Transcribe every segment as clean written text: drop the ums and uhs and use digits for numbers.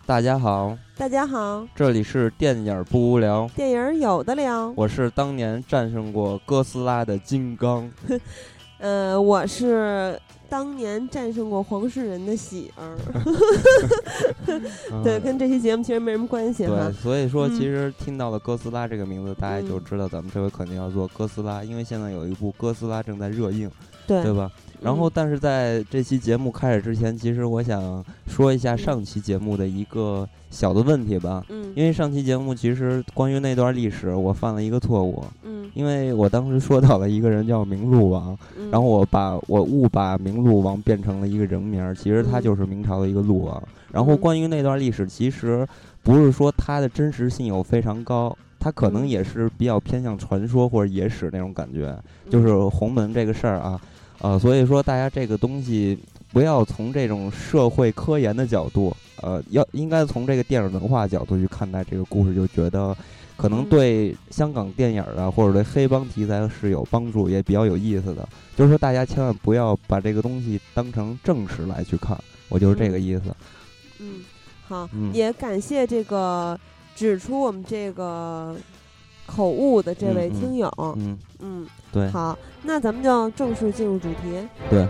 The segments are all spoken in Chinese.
大家好， 大家好， 这里是电影不无聊， 电影有的聊。 我是当年战胜过哥斯拉的金刚。 我是当年战胜过黄世仁的喜儿。对，跟这期节目其实没什么关系哈。 对，所以说其实听到了哥斯拉这个名字，大家就知道咱们这回肯定要做哥斯拉，因为现在有一部哥斯拉正在热映，对吧？然后但是在这期节目开始之前，其实我想说一下上期节目的一个小的问题吧。因为上期节目其实关于那段历史我犯了一个错误。因为我当时说到了一个人叫明禄王，然后我误把明禄王变成了一个人名，其实他就是明朝的一个鹿王。然后关于那段历史，其实不是说它的真实性有非常高，它可能也是比较偏向传说或者野史那种感觉，就是鸿门这个事儿啊。所以说大家这个东西不要从这种社会科研的角度，应该从这个电影文化角度去看待这个故事，就觉得可能对香港电影啊或者对黑帮题材是有帮助，也比较有意思的。就是说大家千万不要把这个东西当成正史来去看，我就是这个意思。 好，也感谢这个指出我们这个口误的这位听友。 对， 好，那咱们就正式进入主题。 对。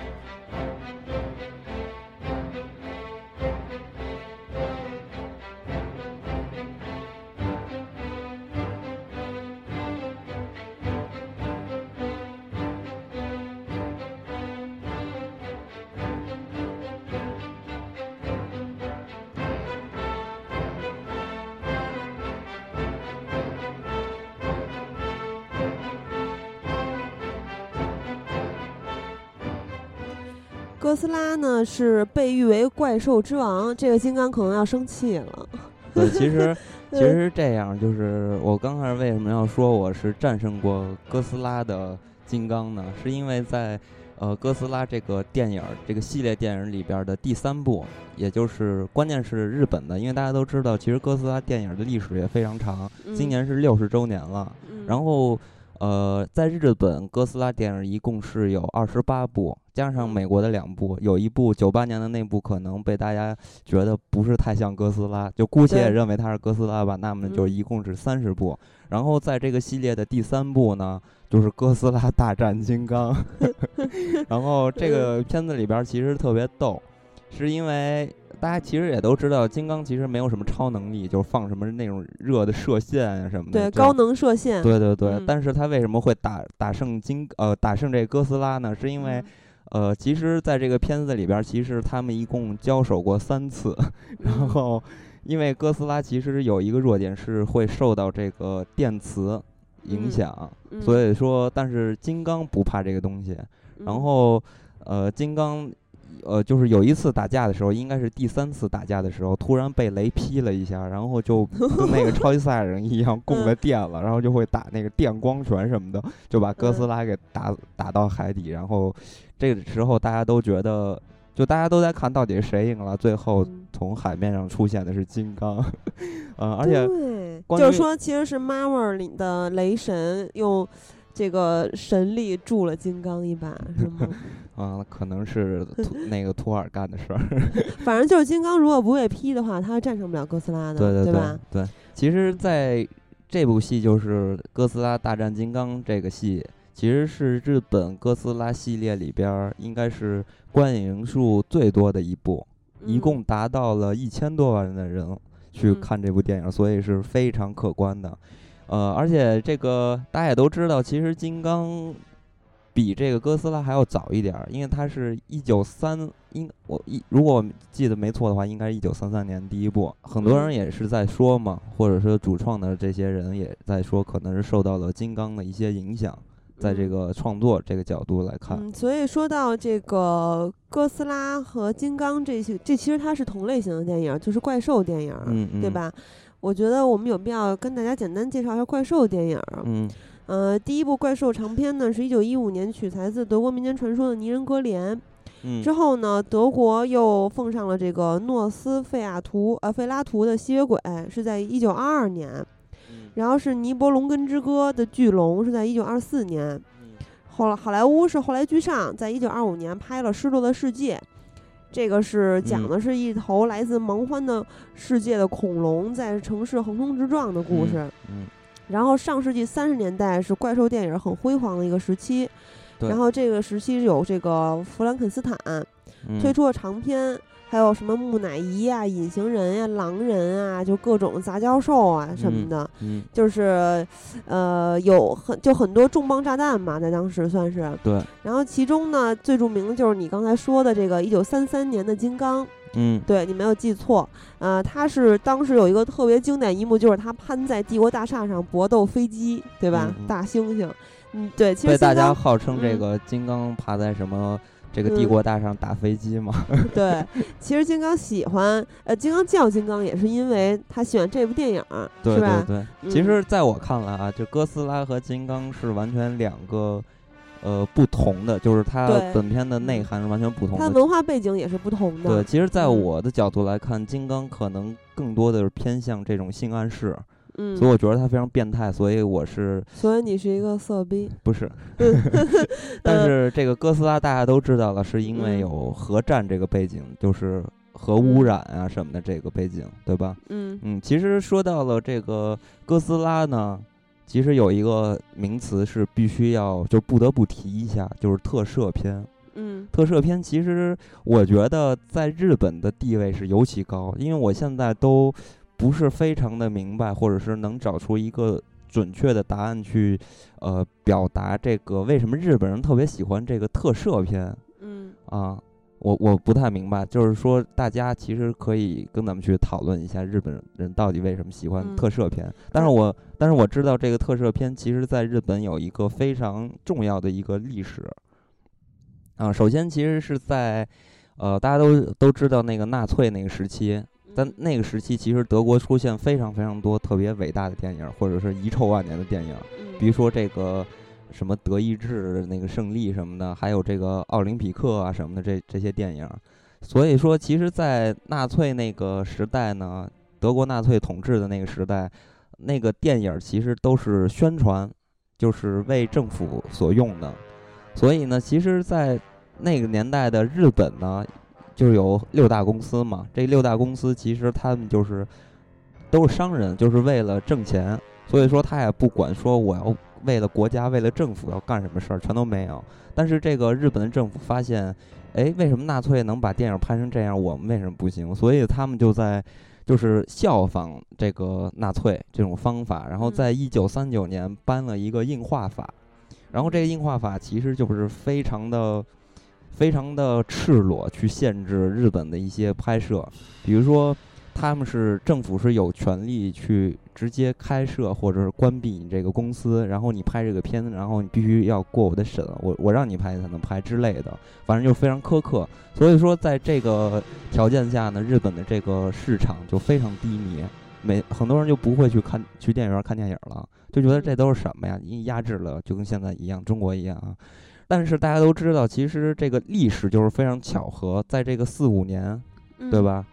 哥斯拉呢是被誉为怪兽之王，这个金刚可能要生气了。 对，其实是这样，就是我刚开始为什么要说我是战胜过哥斯拉的金刚呢？是因为在哥斯拉这个电影这个系列电影里边的第3部，也就是关键是日本的，因为大家都知道，其实哥斯拉电影的历史也非常长，今年是60周年了。然后在日本哥斯拉电影一共是有28部，加上美国的2部，有一部98年的那部可能被大家觉得不是太像哥斯拉，就姑且也认为它是哥斯拉吧，那么就一共是30部。然后在这个系列的第3部呢，就是哥斯拉大战金刚。然后这个片子里边其实特别逗，是因为大家其实也都知道，金刚其实没有什么超能力，就是放什么那种热的射线啊什么的。 对，高能射线。 对对对，但是他为什么会打胜这个哥斯拉呢？是因为其实在这个片子里边，其实他们一共交手过3次。然后因为哥斯拉其实有一个弱点是会受到这个电磁影响，所以说但是金刚不怕这个东西。然后金刚就是有一次打架的时候，应该是第3次打架的时候，突然被雷劈了一下，然后就跟那个超级赛亚人一样供了电了，然后就会打那个电光拳什么的，就把哥斯拉给打到海底。然后这个时候大家都觉得，就大家都在看到底谁赢了，最后从海面上出现的是金刚。而且就是说其实是 Marvel 里的雷神用这个神力助了金刚一把，是吗？ 可能是那个托尔干的事儿。 反正就是金刚如果不被劈的话，他战胜不了哥斯拉的， 对吧？ 对，其实在这部戏就是哥斯拉大战金刚这个戏，其实是日本哥斯拉系列里边应该是观影数最多的一部，一共达到了1000多万的人去看这部电影，所以是非常可观的。而且这个大家也都知道，其实金刚比这个哥斯拉还要早一点，因为它是如果我记得没错的话，应该是1933年第一部。很多人也是在说嘛，或者说主创的这些人也在说，可能是受到了金刚的一些影响，在这个创作这个角度来看。 所以说到这个哥斯拉和金刚这其实它是同类型的电影，就是怪兽电影，对吧？我觉得我们有必要跟大家简单介绍一下怪兽电影。第一部怪兽长片呢是1915年取材自德国民间传说的《泥人格莲》。之后呢，德国又奉上了这个诺斯费拉图的吸血鬼，是在1922年。然后是《尼伯龙根之歌》的巨龙是在1924年。好莱坞是后来居上，在1925年拍了《失落的世界》。 这个是讲的是一头来自蛮荒的世界的恐龙在城市横冲直撞的故事。然后上世纪30年代是怪兽电影很辉煌的一个时期，然后这个时期有这个弗兰肯斯坦推出了长篇，还有什么木乃伊啊、隐形人啊、狼人啊，就各种杂交兽啊什么的，就是有很多重磅炸弹嘛，在当时算是。 对。 然后其中呢，最著名的就是你刚才说的这个1933年的金刚。对，你没有记错，他是当时有一个特别经典一幕，就是他攀在帝国大厦上搏斗飞机，对吧？大猩猩，对，其实被大家号称这个金刚爬在什么这个帝国大厦上打飞机嘛。 对，其实金刚喜欢，金刚叫金刚也是因为他喜欢这部电影， 对是吧？ 对对，其实在我看来啊，这哥斯拉和金刚是完全两个。不同的，就是它本片的内涵是完全不同的， 它文化背景也是不同的。 对，其实在我的角度来看，金刚可能更多的是偏向这种性暗示，所以我觉得他非常变态，所以你是一个色逼？ 不是，但是这个哥斯拉大家都知道了，是因为有核战这个背景，就是核污染啊什么的这个背景，对吧？其实说到了这个哥斯拉呢。其实有一个名词是必须要就不得不提一下，就是特摄片。特摄片其实我觉得在日本的地位是尤其高，因为我现在都不是非常的明白，或者是能找出一个准确的答案去表达这个为什么日本人特别喜欢这个特摄片。我不太明白，就是说大家其实可以跟咱们去讨论一下日本人到底为什么喜欢特摄片。但是我知道这个特摄片其实在日本有一个非常重要的一个历史。首先其实是在大家都知道那个纳粹那个时期，但那个时期其实德国出现非常非常多特别伟大的电影，或者是遗臭万年的电影，比如说这个。什么德意志那个胜利什么的，还有这个奥林匹克啊什么的这些电影，所以说其实，在纳粹那个时代呢，德国纳粹统治的那个时代，那个电影其实都是宣传，就是为政府所用的。所以呢，其实，在那个年代的日本呢，就有6大公司嘛。这6大公司其实他们都是商人，就是为了挣钱，所以说他也不管说我要。为了国家，为了政府要干什么事儿，全都没有。但是这个日本的政府发现，为什么纳粹能把电影拍成这样，我们为什么不行？所以他们就是效仿这个纳粹这种方法，然后在1939年颁了一个映画法。然后这个映画法其实就是非常的赤裸，去限制日本的一些拍摄，比如说政府是有权利去直接开设或者是关闭你这个公司，然后你拍这个片，然后你必须要过我的审，我让你拍才能拍之类的，反正就非常苛刻。所以说在这个条件下呢，日本的这个市场就非常低迷，很多人就不会去电影院看电影了，就觉得这都是什么呀，压制了，就跟现在一样，中国一样啊。但是大家都知道，其实这个历史就是非常巧合，在这个45年，对吧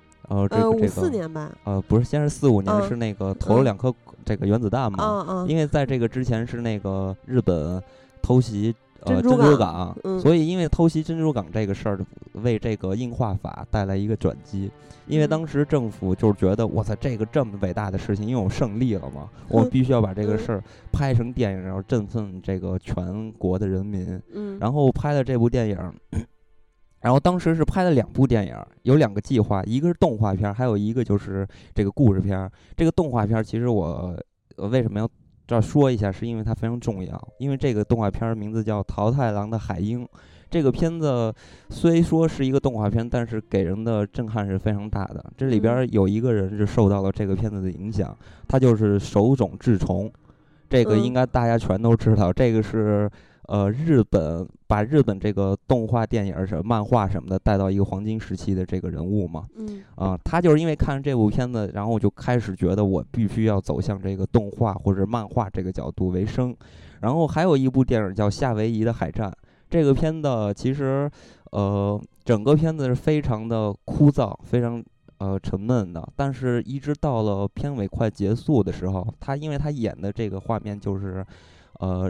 ？54年吧？ 不是，先是45年是那个投了2颗这个原子弹嘛。因为在这个之前是那个日本偷袭珍珠港，所以因为偷袭珍珠港这个事儿，为这个映画法带来一个转机。因为当时政府就是觉得，哇塞，这么伟大的事情，因为我胜利了嘛，我们必须要把这个事儿拍成电影，然后振奋这个全国的人民。然后拍了这部电影。然后当时是拍了2部电影，有2个计划，一个是动画片，还有一个就是这个故事片。这个动画片其实我为什么要这说一下，是因为它非常重要。因为这个动画片名字叫《桃太郎的海鹰》。这个片子虽说是一个动画片，但是给人的震撼是非常大的。这里边有一个人是受到了这个片子的影响，他就是手冢治虫。这个应该大家全都知道，这个是把日本这个动画电影什么漫画什么的带到一个黄金时期的这个人物嘛。他就是因为看这部片子，然后就开始觉得我必须要走向这个动画或者漫画这个角度为生。然后还有一部电影叫《夏威夷的海战》，这个片子其实整个片子是非常的枯燥，非常沉闷的。但是一直到了片尾快结束的时候，因为他演的这个画面就是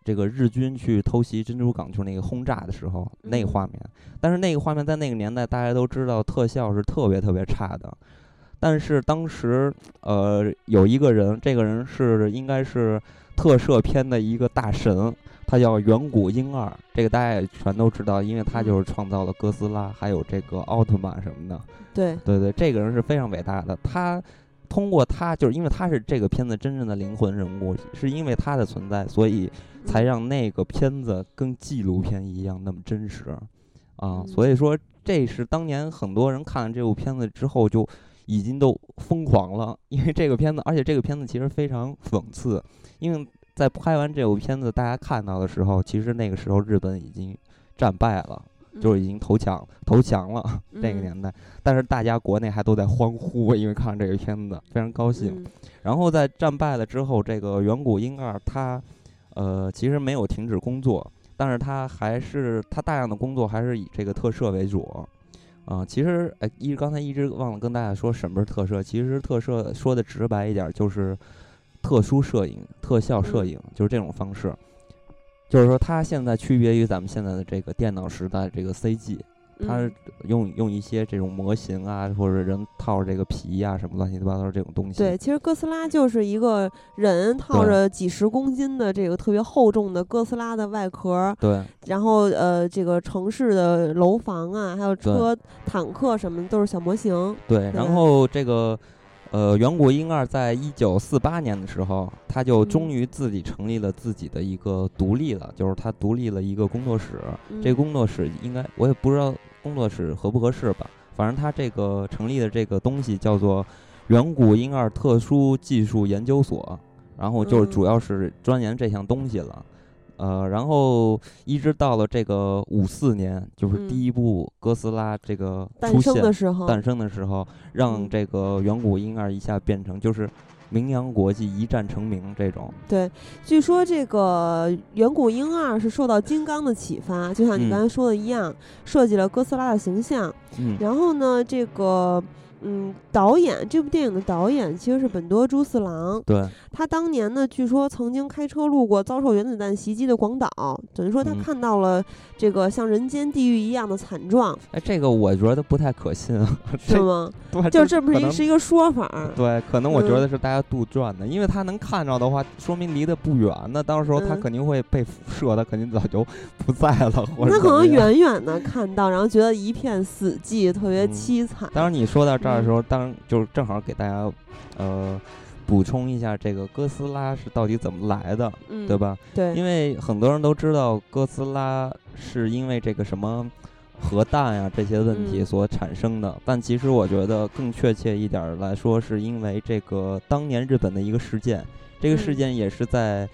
这个日军去偷袭珍珠港，就是那个轰炸的时候那个画面。但是那个画面在那个年代大家都知道特效是特别特别差的。但是当时有一个人，这个人应该是特摄片的一个大神，他叫远古英二，这个大家也全都知道，因为他就是创造了哥斯拉还有这个奥特曼什么的。 对， 这个人是非常伟大的。他通过他，就是因为他是这个片子真正的灵魂人物，是因为他的存在，所以才让那个片子跟纪录片一样那么真实啊。所以说这是当年很多人看了这部片子之后就已经都疯狂了，因为这个片子，而且这个片子其实非常讽刺，因为在拍完这部片子大家看到的时候，其实那个时候日本已经战败了，就是已经投降了那个年代，但是大家国内还都在欢呼，因为看这个片子非常高兴。然后在战败了之后，这个远古英二他其实没有停止工作，但是他大量的工作还是以这个特摄为主。其实刚才一直忘了跟大家说什么是特摄。其实特摄说的直白一点，就是特殊摄影、特效摄影，就是这种方式。就是说，它现在区别于咱们现在的这个电脑时代这个 CG， 它是用一些这种模型啊，或者人套着这个皮啊，什么乱七八糟这种东西。 对，其实哥斯拉就是一个人套着几十公斤的这个特别厚重的哥斯拉的外壳。 对。 然后这个城市的楼房啊，还有车、坦克什么的都是小模型。 对，然后这个。远古英二在1948年的时候，他就终于自己成立了自己的一个独立了，就是他独立了一个工作室。这个工作室应该我也不知道工作室合不合适吧，反正他这个成立的这个东西叫做远古英二特殊技术研究所，然后就主要是钻研这项东西了。然后一直到了这个54年，就是第一部哥斯拉这个出现诞生的时候，让这个远古英二一下变成就是名扬国际、一战成名这种。 对，据说这个远古英二是受到金刚的启发，就像你刚才说的一样，设计了哥斯拉的形象。然后呢，这个。导演这部电影的导演其实是本多猪四郎。 对， 他当年呢，据说曾经开车路过遭受原子弹袭击的广岛，等于说他看到了这个像人间地狱一样的惨状。 这个我觉得不太可信， 是吗？ 对， 就这不是一个说法。 对，可能我觉得是大家杜撰的，因为他能看到的话，说明离得不远，那到时候他肯定会被辐射，他肯定早就不在了，或者他可能远远的看到，然后觉得一片死寂，特别凄惨。 当然你说到这儿的时候，当然就是正好给大家补充一下这个哥斯拉是到底怎么来的，对吧？ 对， 因为很多人都知道哥斯拉是因为这个什么核弹呀这些问题所产生的，但其实我觉得更确切一点来说，是因为这个当年日本的一个事件。这个事件也是在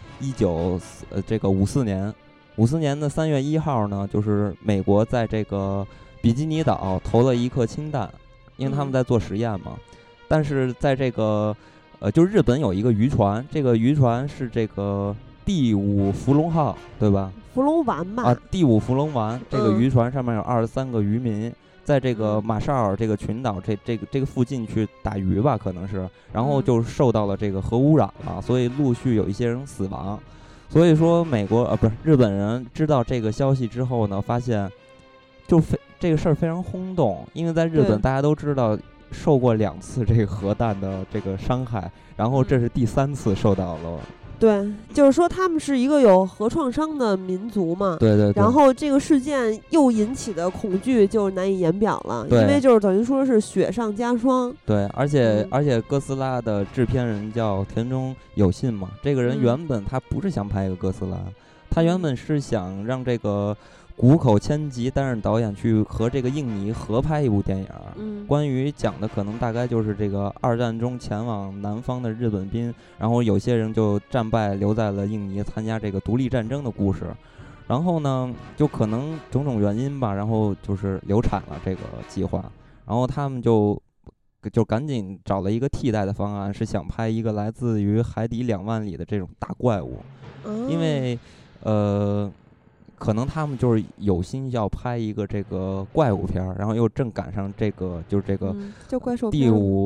54年的3月1号呢，就是美国在这个比基尼岛投了一颗氢弹，因为他们在做实验嘛。但是在这个就日本有一个渔船，这个渔船是这个第5福龙号，对吧？ 福龙丸吧。 第5福龙丸，这个渔船上面有23个渔民，在这个马绍尔这个群岛这个附近去打鱼吧，可能是，然后就受到了这个核污染了，所以陆续有一些人死亡。所以说日本人知道这个消息之后呢，发现这个事儿非常轰动，因为在日本大家都知道受过2次这个核弹的这个伤害，然后这是第3次受到了。 对，就是说他们是一个有核创伤的民族嘛。 对对对。 然后这个事件又引起的恐惧就难以言表了，因为就是等于说是雪上加霜。 对，而且哥斯拉的制片人叫田中有信嘛，这个人原本他不是想拍一个哥斯拉，他原本是想让这个谷口千吉担任导演，去和这个印尼合拍一部电影。关于讲的可能大概就是这个2战中前往南方的日本兵，然后有些人就战败留在了印尼参加这个独立战争的故事。然后呢，就可能种种原因吧，然后就是流产了这个计划。然后他们就赶紧找了一个替代的方案，是想拍一个来自于海底2万里的这种大怪物。因为可能他们就是有心要拍一个这个怪物片，然后又正赶上这个就是这个就怪兽第5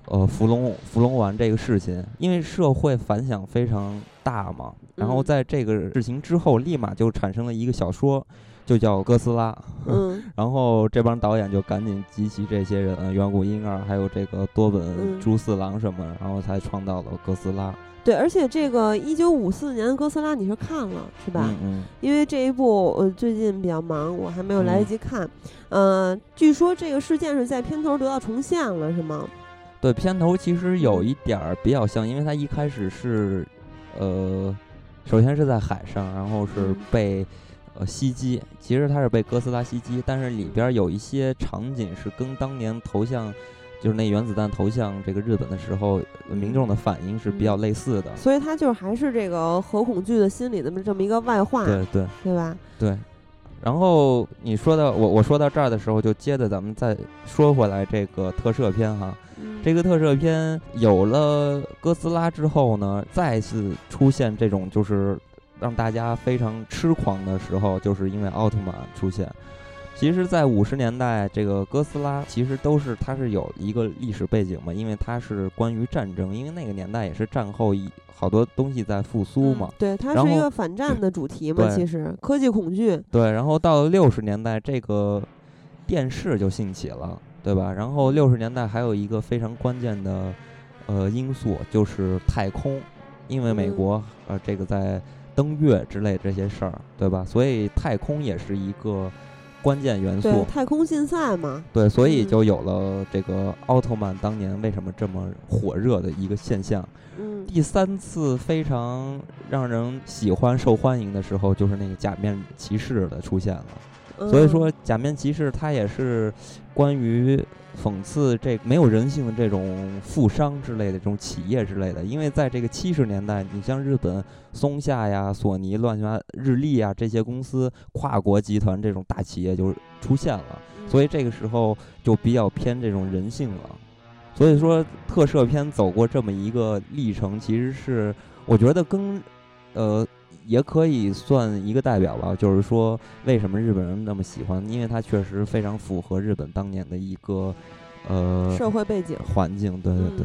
伏龙丸这个事情，因为社会反响非常大嘛，然后在这个事情之后，立马就产生了一个小说，就叫哥斯拉。然后这帮导演就赶紧集齐这些人，远古婴儿，还有这个多本猪四郎什么，然后才创造了哥斯拉。 对，而且这个1954年的哥斯拉你是看了是吧？因为这一部最近比较忙，我还没有来得及看。据说这个事件是在片头得到重现了，是吗？ 对，片头其实有一点比较像，因为它一开始是，首先是在海上，然后是被袭击，其实它是被哥斯拉袭击，但是里边有一些场景是跟当年投向，就是那原子弹投向这个日本的时候，民众的反应是比较类似的。 所以它就是还是这个核恐惧的心理的这么一个外化，对吧？ 对。然后你说到我说到这儿的时候，就接着咱们再说回来这个特摄片哈。这个特摄片有了哥斯拉之后呢，再次出现这种就是让大家非常痴狂的时候，就是因为奥特曼出现。其实在50年代，这个哥斯拉其实它是有一个历史背景嘛，因为它是关于战争，因为那个年代也是战后好多东西在复苏嘛。 对，它是一个反战的主题嘛，其实科技恐惧。 对，然后到了60年代，这个电视就兴起了，对吧？然后60年代还有一个非常关键的因素就是太空，因为美国这个在登月之类这些事儿，对吧？所以太空也是一个关键元素。 对，太空竞赛嘛。 对，所以就有了这个奥特曼当年为什么这么火热的一个现象。第3次非常让人喜欢受欢迎的时候，就是那个假面骑士的出现了。所以说假面骑士它也是关于讽刺这没有人性的这种富商之类的这种企业之类的，因为在这个70年代，你像日本松下呀、索尼、乱七八日立啊这些公司跨国集团这种大企业就出现了，所以这个时候就比较偏这种人性了。所以说特摄片走过这么一个历程，其实是我觉得跟也可以算一个代表吧，就是说为什么日本人那么喜欢，因为它确实非常符合日本当年的一个社会背景环境。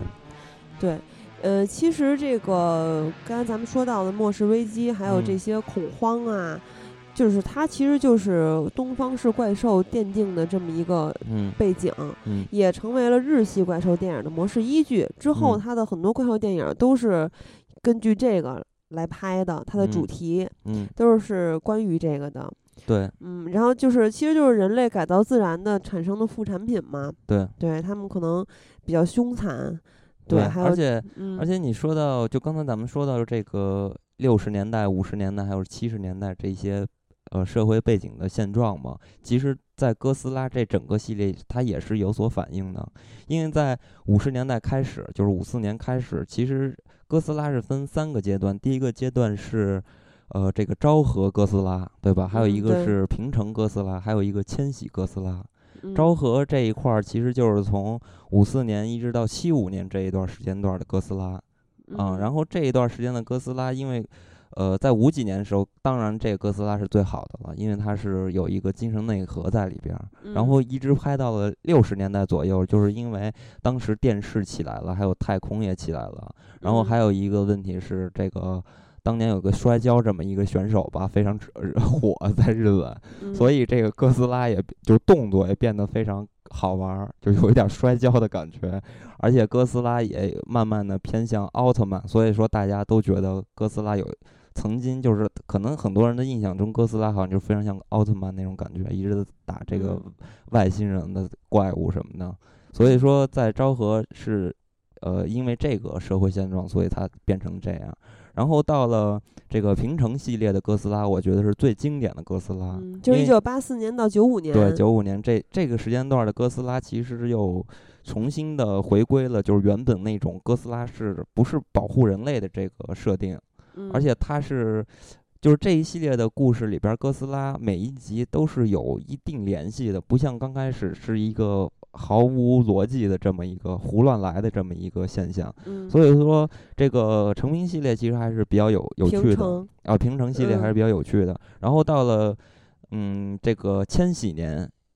对，其实这个刚才咱们说到的末世危机还有这些恐慌啊，就是它其实就是东方式怪兽奠定的这么一个背景，也成为了日系怪兽电影的模式依据。之后它的很多怪兽电影都是根据这个来拍的，它的主题都是关于这个的。 对， 然后其实就是人类改造自然的产生的副产品嘛。对，他们可能比较凶残。对，还有而且你说到，就刚才咱们说到这个60年代、50年代还有70年代这些社会背景的现状嘛，其实在哥斯拉这整个系列它也是有所反映的，因为在50年代开始，就是54年开始，其实哥斯拉是分3个阶段，第一个阶段是这个昭和哥斯拉，对吧？还有一个是平成哥斯拉，还有一个千禧哥斯拉。昭和这一块其实就是从54年一直到75年这一段时间段的哥斯拉，然后这一段时间的哥斯拉，因为在50几年的时候，当然这个哥斯拉是最好的了，因为它是有一个精神内核在里边，然后一直拍到了60年代左右，就是因为当时电视起来了，还有太空也起来了，然后还有一个问题是这个当年有个摔跤这么一个选手吧，非常火在日本，所以这个哥斯拉也就是动作也变得非常好玩，就有一点摔跤的感觉，而且哥斯拉也慢慢的偏向奥特曼，所以说大家都觉得哥斯拉曾经就是可能很多人的印象中，哥斯拉好像就非常像奥特曼那种感觉，一直打这个外星人的怪物什么的，所以说在昭和是因为这个社会现状，所以它变成这样。然后到了这个平成系列的哥斯拉，我觉得是最经典的哥斯拉， 就1984年到95年。 对，95年这个时间段的哥斯拉其实又重新的回归了，就是原本那种哥斯拉是不是保护人类的这个设定，而且它是就是这一系列的故事里边，哥斯拉每一集都是有一定联系的，不像刚开始是一个毫无逻辑的这么一个胡乱来的这么一个现象，所以说这个成名系列其实还是比较有趣的，平成系列还是比较有趣的。然后到了这个千禧年，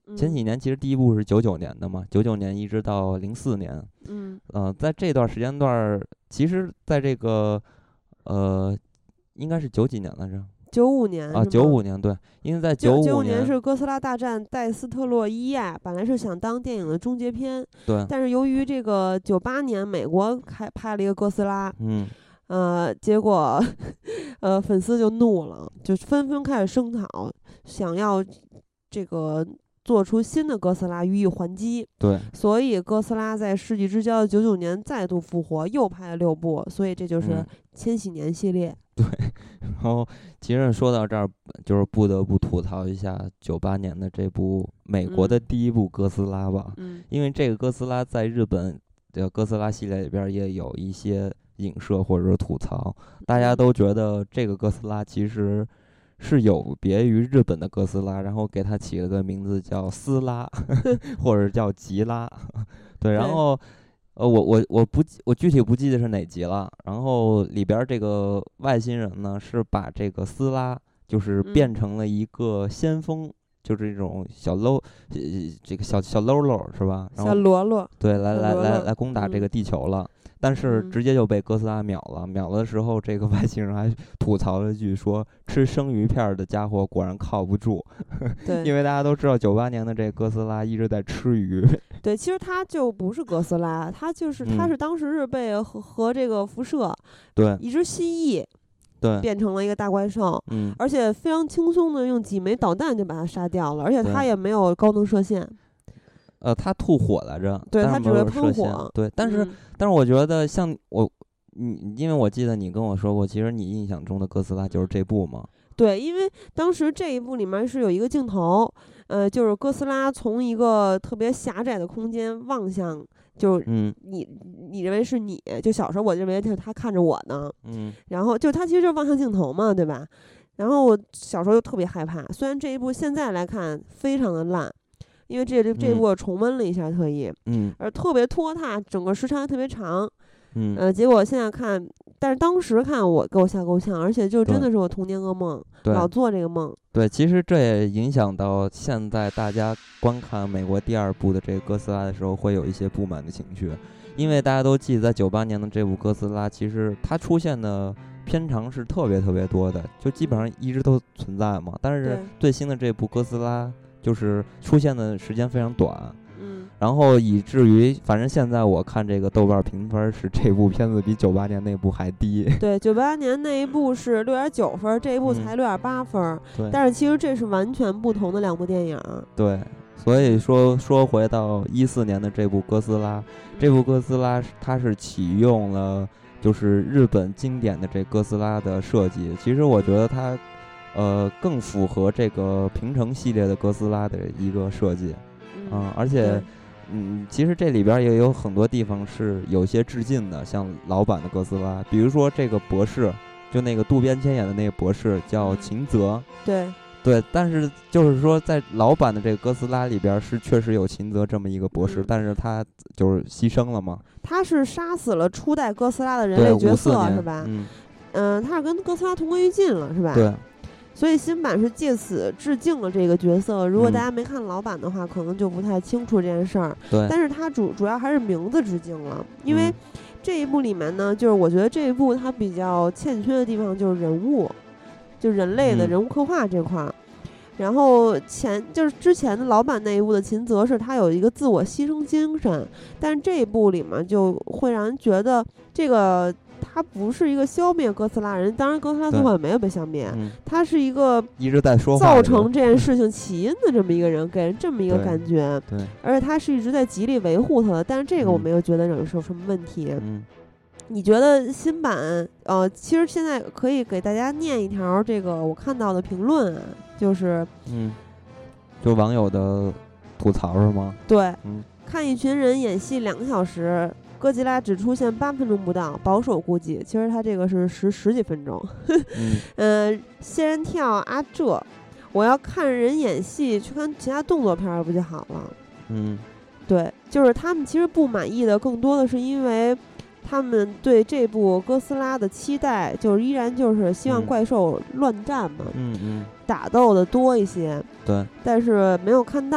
前几年其实第一部是99年的嘛，99年一直到04年。在这段时间段，其实在这个应该是90几年来着。 95年啊，95年对，因为在95 年是哥斯拉大战戴斯特洛伊亚，本来是想当电影的终结篇， 对， 但是由于这个98年美国拍了一个哥斯拉，结果粉丝就怒了，就纷纷开始声讨，想要这个做出新的哥斯拉予以还击。 对， 所以哥斯拉在世纪之交的99年再度复活，又拍了6部，所以这就是千禧年系列。 对，然后其实说到这儿，就是不得不吐槽一下98年的这部美国的第一部哥斯拉吧，因为这个哥斯拉在日本的哥斯拉系列里边也有一些影射或者是吐槽，大家都觉得这个哥斯拉其实是有别于日本的哥斯拉，然后给它起了个名字叫斯拉或者叫吉拉。对，然后我具体不记得是哪集了。然后里边这个外星人呢是把这个斯拉就是变成了一个先锋，就是这种小喽，这个小喽啰是吧？然后小喽啰， 对，来攻打这个地球了。但是直接就被哥斯拉秒了。秒的时候，这个外星人还吐槽了一句说：“吃生鱼片的家伙果然靠不住。” 对， 因为大家都知道98年的这个哥斯拉一直在吃鱼。 对，其实它就不是哥斯拉，它是当时是被核这个辐射， 对， 一只蜥蜴， 对， 变成了一个大怪兽，而且非常轻松的用几枚导弹就把它杀掉了，而且它也没有高能射线。 他吐火来着， 对，他只会喷火。 对，但是我觉得像因为我记得你跟我说过，其实你印象中的哥斯拉就是这部嘛。 对，因为当时这一部里面是有一个镜头，就是哥斯拉从一个特别狭窄的空间望向，就是你认为是你，就小时候我认为就是他看着我呢，然后就他其实就是望向镜头嘛，对吧？然后我小时候就特别害怕，虽然这一部现在来看非常的烂。因为这部我重温了一下，特意，而特别拖沓，整个时长还特别长，结果现在看，但是当时看给我吓够呛，而且就真的是我童年噩梦，老做这个梦。 对，其实这也影响到现在大家观看美国第2部的这个哥斯拉的时候，会有一些不满的情绪，因为大家都记得在98年的这部哥斯拉，其实它出现的片长是特别特别多的，就基本上一直都存在嘛。但是最新的这部哥斯拉就是出现的时间非常短，然后以至于反正现在我看这个豆瓣评分是这部片子比98年那部还低。 对，98年那一部是6.9分，这一部才6.8分，但是其实这是完全不同的2部电影。 对，所以说回到14年的这部哥斯拉，这部哥斯拉它是启用了就是日本经典的这哥斯拉的设计，其实我觉得它更符合这个平成系列的哥斯拉的一个设计，而且，其实这里边也有很多地方是有些致敬的，像老版的哥斯拉，比如说这个博士，就那个渡边谦演的那个博士叫秦泽，对，但是就是说在老版的这个哥斯拉里边是确实有秦泽这么一个博士，但是他就是牺牲了嘛， 他是杀死了初代哥斯拉的人类角色是吧？他是跟哥斯拉同归于尽了是吧？ 对。 所以新版是借此致敬了这个角色，如果大家没看老版的话，可能就不太清楚这件事儿。 对， 但是它主要还是名字致敬了，因为这一部里面呢，就是我觉得这一部它比较欠缺的地方就是人物，就人类的人物刻画这块儿。然后就是之前的老版那一部的秦泽是他有一个自我牺牲精神，但是这一部里面就会让人觉得这个。他不是一个消灭哥斯拉人，当然哥斯拉最后也没有被消灭，他是一个一直在说话造成这件事情起因的这么一个人，给人这么一个感觉。 对， 而且他是一直在极力维护他的，但是这个我没有觉得有什么问题。你觉得新版其实现在可以给大家念一条这个我看到的评论，就是就网友的吐槽是吗？ 对，看一群人演戏2个小时。哥吉拉只出现8分钟不到，保守估计，其实他这个是十几分钟。仙人跳啊，我要看人演戏，去看其他动作片不就好了？对，就是他们其实不满意的更多的是因为他们对这部哥斯拉的期待，就是依然就是希望怪兽乱战嘛，打斗的多一些， 对， 但是没有看到。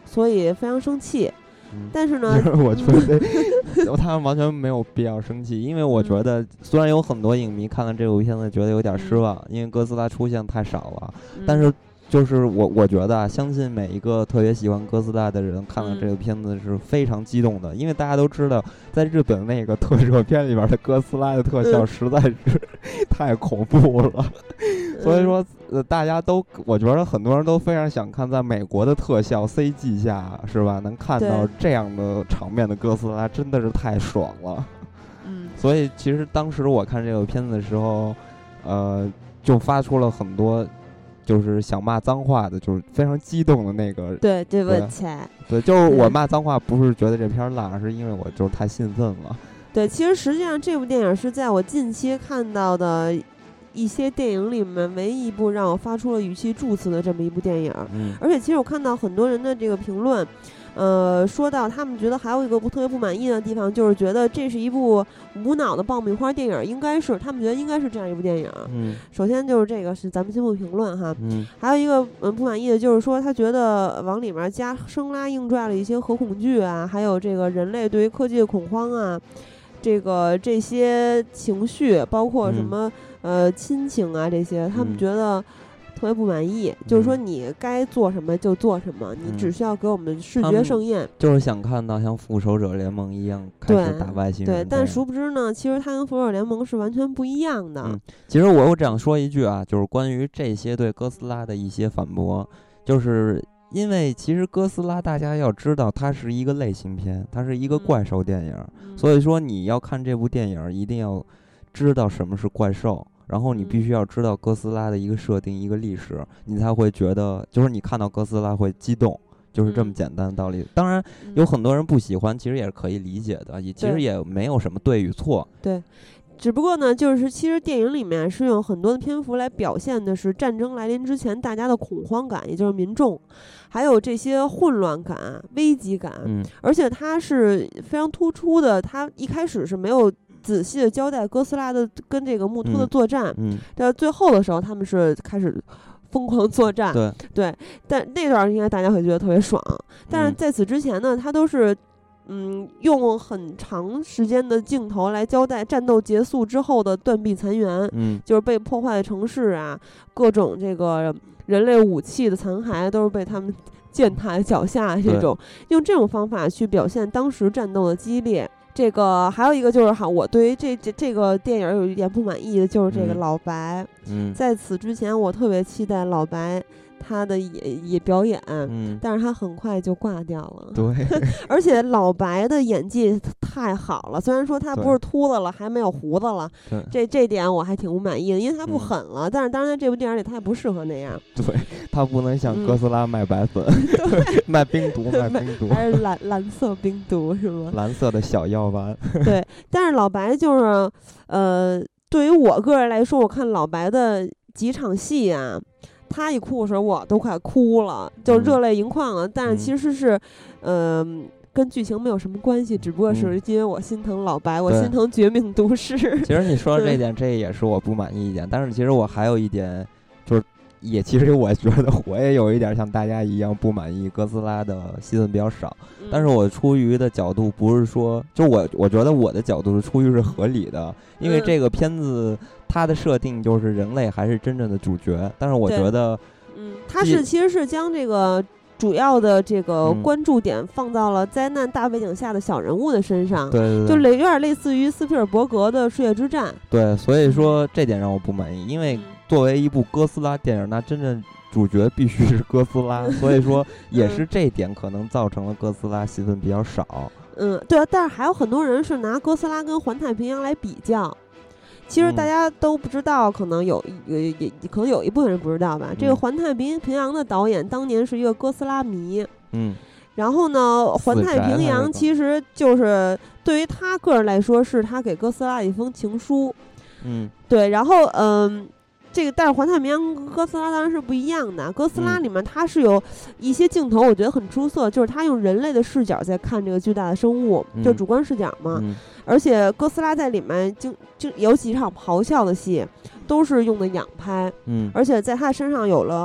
所以非常生气。但是呢， 我觉得他们完全没有必要生气，因为我觉得虽然有很多影迷看了这部片子觉得有点失望，因为哥斯拉出现太少了，但是就是我觉得啊，相信每一个特别喜欢哥斯拉的人看了这个片子是非常激动的，因为大家都知道，在日本那个特摄片里边的哥斯拉的特效实在是太恐怖了，所以说大家都，我觉得很多人都非常想看在美国的特效 CG 下，是吧？能看到这样的场面的哥斯拉，真的是太爽了。所以其实当时我看这个片子的时候，就发出了很多。就是想骂脏话的，就是非常激动的那个。 对， 对，就是我骂脏话，不是觉得这片烂，是因为我就是太兴奋了。 对，其实实际上这部电影是在我近期看到的一些电影里面唯一一部让我发出了语气助词的这么一部电影。而且其实我看到很多人的这个评论。说到他们觉得还有一个特别不满意的地方，就是觉得这是一部无脑的爆米花电影，他们觉得应该是这样一部电影。首先就是这个是咱们先不评论哈。还有一个不满意的就是说，他觉得往里面加生拉硬拽了一些核恐惧啊，还有这个人类对于科技的恐慌啊，这些情绪，包括什么亲情啊这些，他们觉得。特别不满意，就是说你该做什么就做什么，你只需要给我们视觉盛宴。 就是想看到像复仇者联盟一样开始打外星人。 对，但殊不知呢，其实它跟复仇者联盟是完全不一样的。 其实我这样说一句啊，就是关于这些对哥斯拉的一些反驳，就是因为其实哥斯拉大家要知道，它是一个类型片，它是一个怪兽电影，所以说你要看这部电影，一定要知道什么是怪兽。然后你必须要知道哥斯拉的一个设定，一个历史，你才会觉得，就是你看到哥斯拉会激动，就是这么简单的道理。当然，有很多人不喜欢，其实也是可以理解的，其实也没有什么对与错。 对，只不过呢，就是其实电影里面是用很多的篇幅来表现的是战争来临之前大家的恐慌感，也就是民众，还有这些混乱感、危机感。而且它是非常突出的，它一开始是没有。仔细的交代哥斯拉的跟这个木秃的作战，到最后的时候他们是开始疯狂作战，对，但那段应该大家会觉得特别爽，但是在此之前呢，他都是用很长时间的镜头来交代战斗结束之后的断壁残垣，就是被破坏的城市啊，各种这个人类武器的残骸都是被他们践踏脚下，这种用这种方法去表现当时战斗的激烈。这个还有一个就是我对于这个电影有一点不满意的就是这个老白。在此之前我特别期待老白他的也表演，但是他很快就挂掉了。 对， 而且老白的演技太好了，虽然说他不是秃子了，还没有胡子了，这点我还挺不满意的，因为他不狠了。但是当然在这部电影里他也不适合那样。 对，他不能像哥斯拉卖白粉，卖冰毒， 还是蓝色冰毒是吗？ 蓝色的小药丸。 对，但是老白就是对于我个人来说，我看老白的几场戏啊。他一哭的时候，我都快哭了，就热泪盈眶了。但是其实是，跟剧情没有什么关系，只不过是因为我心疼老白，我心疼绝命毒师。 其实你说的这一点，这也是我不满意一点。但是其实我还有一点，就是其实我觉得我也有一点像大家一样不满意哥斯拉的戏份比较少。但是我出于的角度不是说，就我觉得我的角度是出于是合理的，因为这个片子。它的设定就是人类还是真正的主角，但是我觉得， 它其实是将这个主要的这个关注点放到了灾难大背景下的小人物的身上， 对， 就有点类似于斯皮尔伯格的《世界之战》。 对，所以说这点让我不满意，因为作为一部哥斯拉电影，那真正主角必须是哥斯拉，所以说也是这点可能造成了哥斯拉戏份比较少。 对，但是还有很多人是拿哥斯拉跟环太平洋来比较。其实大家都不知道，可能有一部分人不知道吧。这个环太平洋的导演当年是一个哥斯拉迷，然后呢，环太平洋其实就是对于他个人来说，是他给哥斯拉一封情书，对，然后这个但是环太平洋跟哥斯拉当然是不一样的。哥斯拉里面它是有一些镜头，我觉得很出色，就是他用人类的视角在看这个巨大的生物，就主观视角嘛。而且哥斯拉在里面就有几场咆哮的戏，都是用的仰拍，而且在他身上有了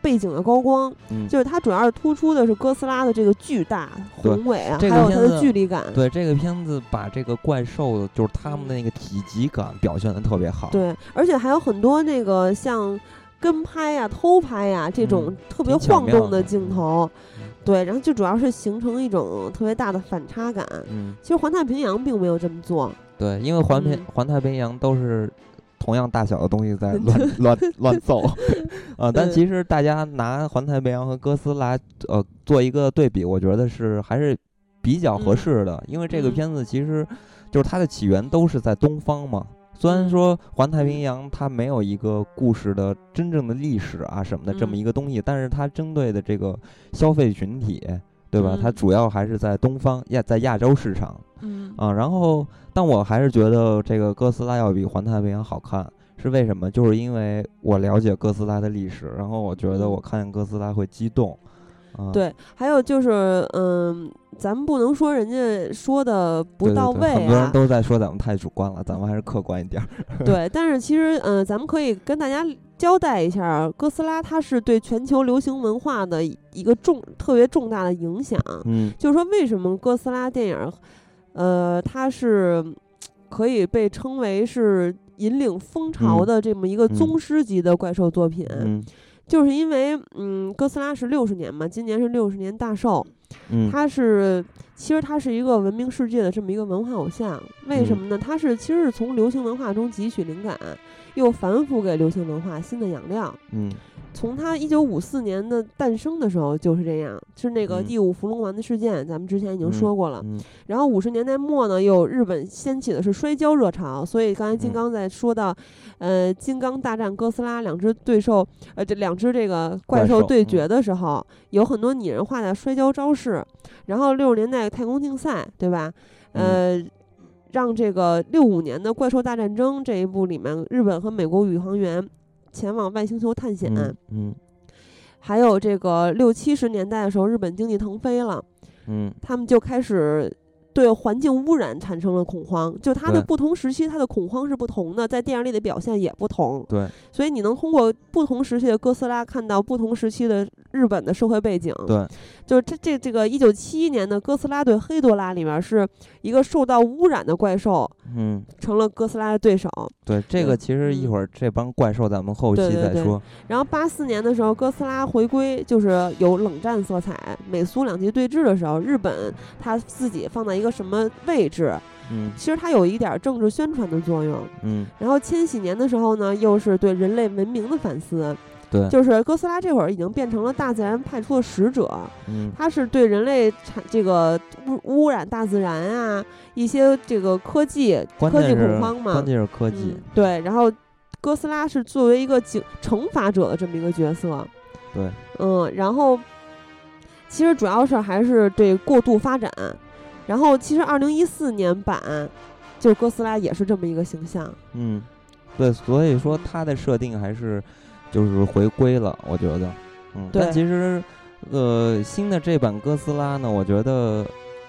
背景的高光，就是它主要是突出的是哥斯拉的这个巨大宏伟啊，还有它的距离感。 对，这个片子把这个怪兽就是他们的那个体积感表现得特别好。 对，而且还有很多那个像跟拍呀、偷拍呀这种特别晃动的镜头。对，然后就主要是形成一种特别大的反差感。其实环太平洋并没有这么做。 对，因为环太平洋都是同样大小的东西在乱揍但其实大家拿环太平洋和哥斯拉做一个对比，我觉得还是比较合适的，因为这个片子其实就是它的起源都是在东方嘛。虽然说环太平洋它没有一个故事的真正的历史啊什么的这么一个东西，但是它针对的这个消费群体，对吧？它主要还是在东方在亚洲市场。然后但我还是觉得这个哥斯拉要比环太平洋好看，是为什么？就是因为我了解哥斯拉的历史，然后我觉得我看见哥斯拉会激动。 对，还有就是咱们不能说人家说的不到位啊， 很多人都在说咱们太主观了，咱们还是客观一点。 对，但是其实咱们可以跟大家交代一下，哥斯拉它是对全球流行文化的一个特别重大的影响。就是说为什么哥斯拉电影它是可以被称为是引领风潮的这么一个宗师级的怪兽作品。就是因为哥斯拉是60年嘛，今年是60年大寿。其实它是一个闻名世界的这么一个文化偶像。为什么呢？它其实是从流行文化中汲取灵感，又反腐给流行文化新的养料。从它1954年的诞生的时候就是这样，是那个第5福龙丸的事件，咱们之前已经说过了。然后50年代末呢，又日本掀起的是摔跤热潮，所以刚才金刚在说到，金刚大战哥斯拉两只这个怪兽对决的时候，有很多拟人化的摔跤招式。然后60年代太空竞赛，对吧？让这个65年的怪兽大战争这一部里面，日本和美国宇航员前往外星球探险。还有这个60、70年代的时候，日本经济腾飞了。他们就开始对环境污染产生了恐慌，就它的不同时期它的恐慌是不同的，在电影里的表现也不同。 对， 所以你能通过不同时期的哥斯拉看到不同时期的日本的社会背景。 对， 就是这个1971年的哥斯拉对黑多拉里面是一个受到污染的怪兽，成了哥斯拉的对手。 对，这个其实一会儿这帮怪兽咱们后期再说。 对。然后84年的时候，哥斯拉回归，就是有冷战色彩，美苏两极对峙的时候，日本它自己放在一个什么位置？其实它有一点政治宣传的作用。然后千禧年的时候呢，又是对人类文明的反思。 对， 就是哥斯拉这会儿已经变成了大自然派出的使者。它是对人类这个污染大自然啊，一些这个科技恐慌嘛， 关键是科技。 对，然后哥斯拉是作为一个惩罚者的这么一个角色。 对， 然后其实主要是还是对过度发展。然后其实2014年版就哥斯拉也是这么一个形象。 对，所以说它的设定还是就是回归了，我觉得。但其实新的这版哥斯拉呢，我觉得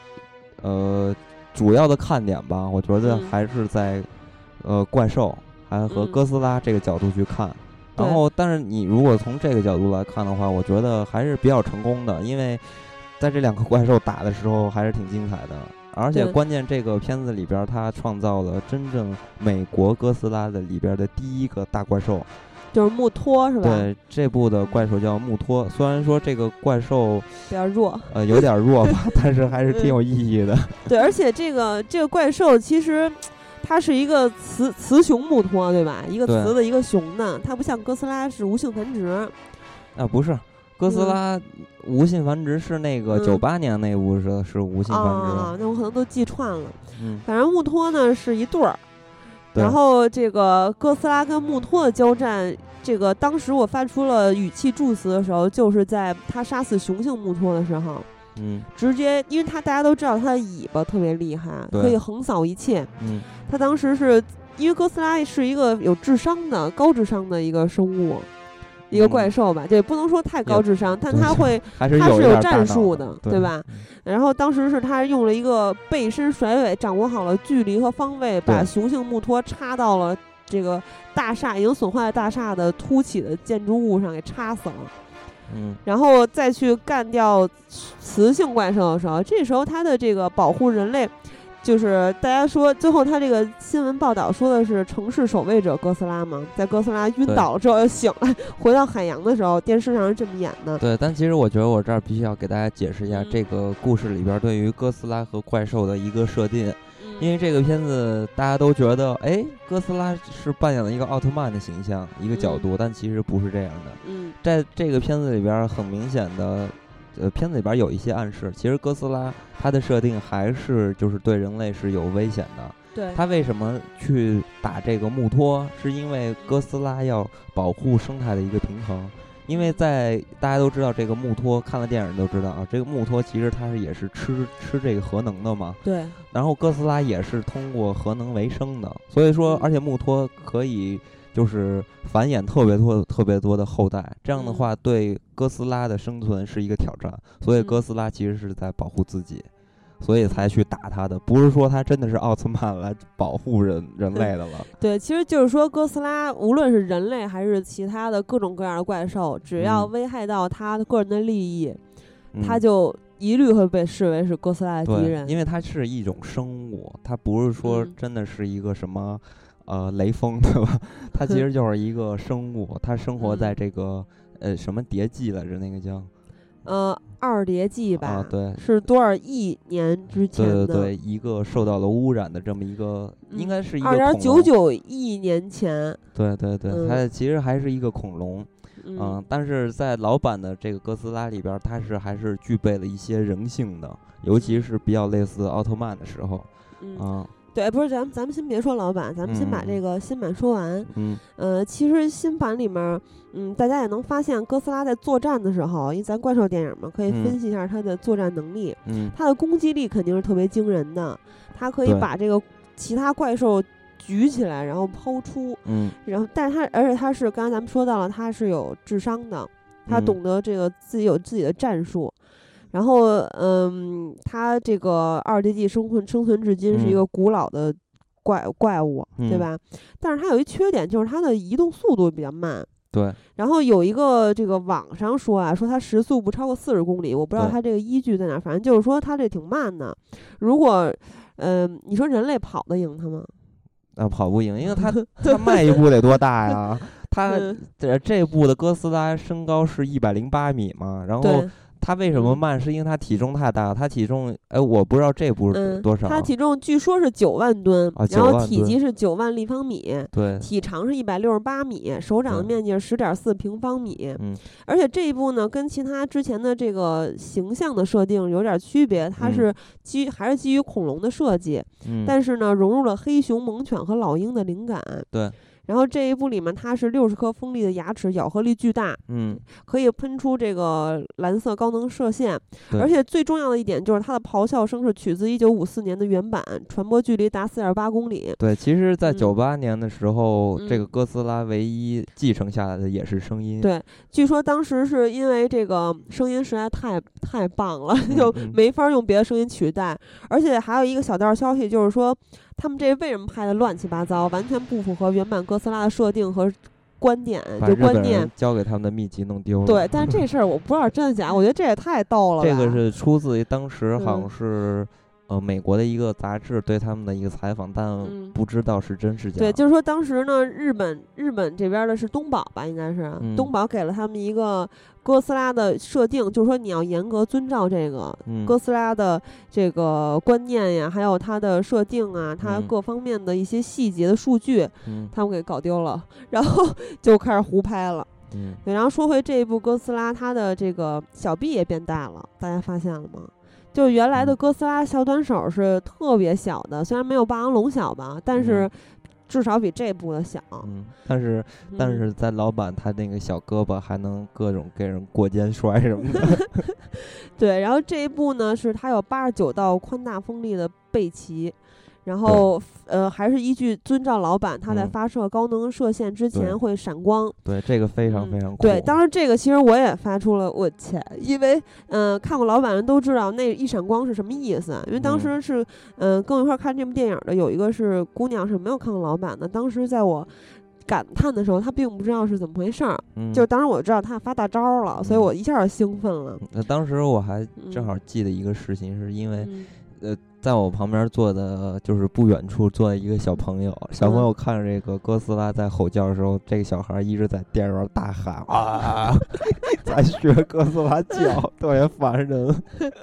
主要的看点吧，我觉得还是在怪兽还和哥斯拉这个角度去看。然后但是你如果从这个角度来看的话，我觉得还是比较成功的，因为在这两个怪兽打的时候还是挺精彩的。而且关键这个片子里边它创造了真正美国哥斯拉的里边的第一个大怪兽， 就是穆托，是吧？ 对，这部的怪兽叫穆托。虽然说这个怪兽比较弱， 有点弱吧，但是还是挺有意义的。 对，而且这个怪兽其实它是一个雌雄穆托，对吧？一个雌的，一个雄的，它不像哥斯拉是无性繁殖。 不是，哥斯拉无性繁殖是那个98年那部是无性繁殖。 那我可能都记串了。反正穆托呢是一对儿。然后这个哥斯拉跟穆托的交战，这个当时我发出了语气助词的时候，就是在他杀死雄性穆托的时候，直接，因为大家都知道他的尾巴特别厉害，可以横扫一切。他当时是因为哥斯拉是一个有智商的高智商的一个生物，一个怪兽吧，这不能说太高智商，但他是有战术的，对吧？然后当时是他用了一个背身甩尾，掌握好了距离和方位，把雄性穆托插到了这个大厦已经损坏的大厦的凸起的建筑物上，给插死了。 然后再去干掉雌性怪兽的时候，这时候他的这个保护人类。就是大家说，最后他这个新闻报道说的是城市守卫者哥斯拉嘛，在哥斯拉晕倒了之后又醒来，回到海洋的时候，电视上是这么演的。 对，但其实我觉得我这儿必须要给大家解释一下这个故事里边对于哥斯拉和怪兽的一个设定，因为这个片子大家都觉得，哎，哥斯拉是扮演了一个奥特曼的形象，一个角度，但其实不是这样的。在这个片子里边很明显的。片子里边有一些暗示，其实哥斯拉它的设定还是就是对人类是有危险的。 对， 它为什么去打这个木托？是因为哥斯拉要保护生态的一个平衡。因为大家都知道这个木托，看了电影都知道啊，这个木托其实它也是吃这个核能的嘛。 对。 然后哥斯拉也是通过核能为生的，所以说，而且木托可以。就是繁衍特别多的后代，这样的话对哥斯拉的生存是一个挑战，所以哥斯拉其实是在保护自己，所以才去打他的，不是说他真的是奥特曼来保护人类的了。 对，其实就是说哥斯拉无论是人类还是其他的各种各样的怪兽，只要危害到他个人的利益，他就一律会被视为是哥斯拉的敌人。 因为它是一种生物，它不是说真的是一个什么。雷锋对吧？它其实就是一个生物，它生活在这个什么叠纪来着？那个叫二叠纪吧？ 啊，对， 是多少亿年之前的？ 对，一个受到了污染的这么一个，应该是一个 2.99亿年前。 对，它其实还是一个恐龙。但是在老版的这个哥斯拉里边，它还是具备了一些人性的，尤其是比较类似奥特曼的时候， 对，不是咱们先别说老版，咱们先把这个新版说完。其实新版里面，大家也能发现哥斯拉在作战的时候，因为咱怪兽电影嘛，可以分析一下它的作战能力。它的攻击力肯定是特别惊人的，它可以把这个其他怪兽举起来，然后抛出。然后，但是而且它是刚才咱们说到了，它是有智商的，它懂得这个自己有自己的战术。然后，它这个二叠纪生存至今是一个古老的怪物，对吧？但是它有一缺点，就是它的移动速度比较慢。 对。 然后有一个这个网上说啊，说它时速不超过40公里，我不知道它这个依据在哪，反正就是说它这挺慢的。如果，你说人类跑得赢它吗？ 跑不赢，因为它迈一步得多大呀？它这部的哥斯拉身高是108米嘛，然后。它为什么慢？是因为它体重太大。它体重，我不知道这部是多少。 它体重据说是9万吨，然后体积是9万立方米， 对， 体长是168米，手掌的面积是10.4平方米。而且这一部呢，跟其他之前的这个形象的设定有点区别，它是还是基于恐龙的设计，但是呢，融入了黑熊、猛犬和老鹰的灵感。 对。 然后这一部里面，它是60颗锋利的牙齿，咬合力巨大，可以喷出这个蓝色高能射线，而且最重要的一点就是它的咆哮声是取自1954年的原版，传播距离达4.8公里。 对，其实在98年的时候，这个哥斯拉唯一继承下来的也是声音。 对，据说当时是因为这个声音实在太棒了，就没法用别的声音取代。而且还有一个小道消息，就是说他们这为什么拍的乱七八糟，完全不符合原版哥斯拉的设定和观点，就观念交给他们的秘籍弄丢了。 对，但是这事儿我不知道真的假，我觉得这也太逗了吧。 这个是出自于当时好像是美国的一个杂志对他们的一个采访，但不知道是真是假。 对，就是说当时呢，日本这边的是东宝吧，应该是东宝给了他们一个哥斯拉的设定，就是说你要严格遵照这个哥斯拉的这个观念呀，还有它的设定啊，它各方面的一些细节的数据，他们给搞丢了，然后就开始胡拍了。对，然后说回这一部哥斯拉，它的这个小臂也变大了，大家发现了吗？就原来的哥斯拉小短手是特别小的，虽然没有霸王龙小吧，但是至少比这部的小。 但是在老版他那个小胳膊还能各种给人过肩摔什么的。 对，然后这一部呢是它有89道宽大锋利的背鳍。然后还是依据遵照老版，它在发射高能射线之前会闪光。 对，这个非常非常酷。 对，当时这个其实我也发出了我切，因为看过老版人都知道那一闪光是什么意思。因为当时是跟我一块看这部电影的有一个是姑娘是没有看过老版的，当时在我感叹的时候，他并不知道是怎么回事儿。就是当时我知道他发大招了，所以我一下就兴奋了。 当时我还正好记得一个事情，是因为在我旁边坐的就是不远处坐的一个小朋友，小朋友看着这个哥斯拉在吼叫的时候，这个小孩一直在电视上大喊啊，在学哥斯拉叫，特别烦人。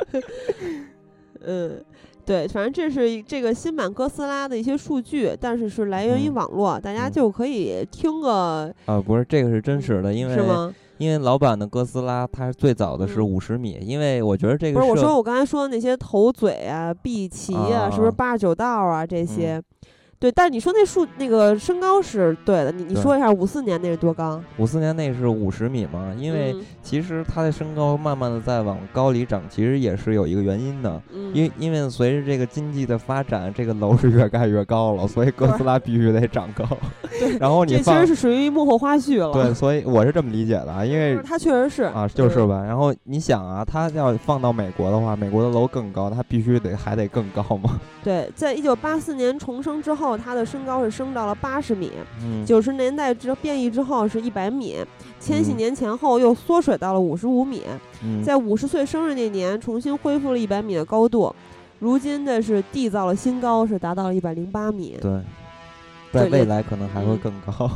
对，反正这是这个新版哥斯拉的一些数据，但是是来源于网络，大家就可以听个不是，这个是真实的，因为是吗？ 因为老版的哥斯拉它最早的是50米，因为我觉得这个不是我说我刚才说的那些头嘴啊、臂鳍啊，是不是89道啊这些？对，但是你说那个身高是对的，你说一下54年那是多高 ？54年那是50米嘛？因为其实他的身高慢慢的在往高里长，其实也是有一个原因的，因为随着这个经济的发展，这个楼是越盖越高了，所以哥斯拉必须得长高。然后你这其实是属于幕后花絮了。 对，所以我是这么理解的，因为他确实是啊，就是吧。然后你想啊，他要放到美国的话，美国的楼更高，他必须还得更高嘛。 对，在1984年重生之后，他的身高是升到了80米，90年代变异之后是100米，千禧年前后又缩水到了55米，在50岁生日那年重新恢复了100米的高度，如今的是缔造了新高，是达到了108米。 对，在未来可能还会更高。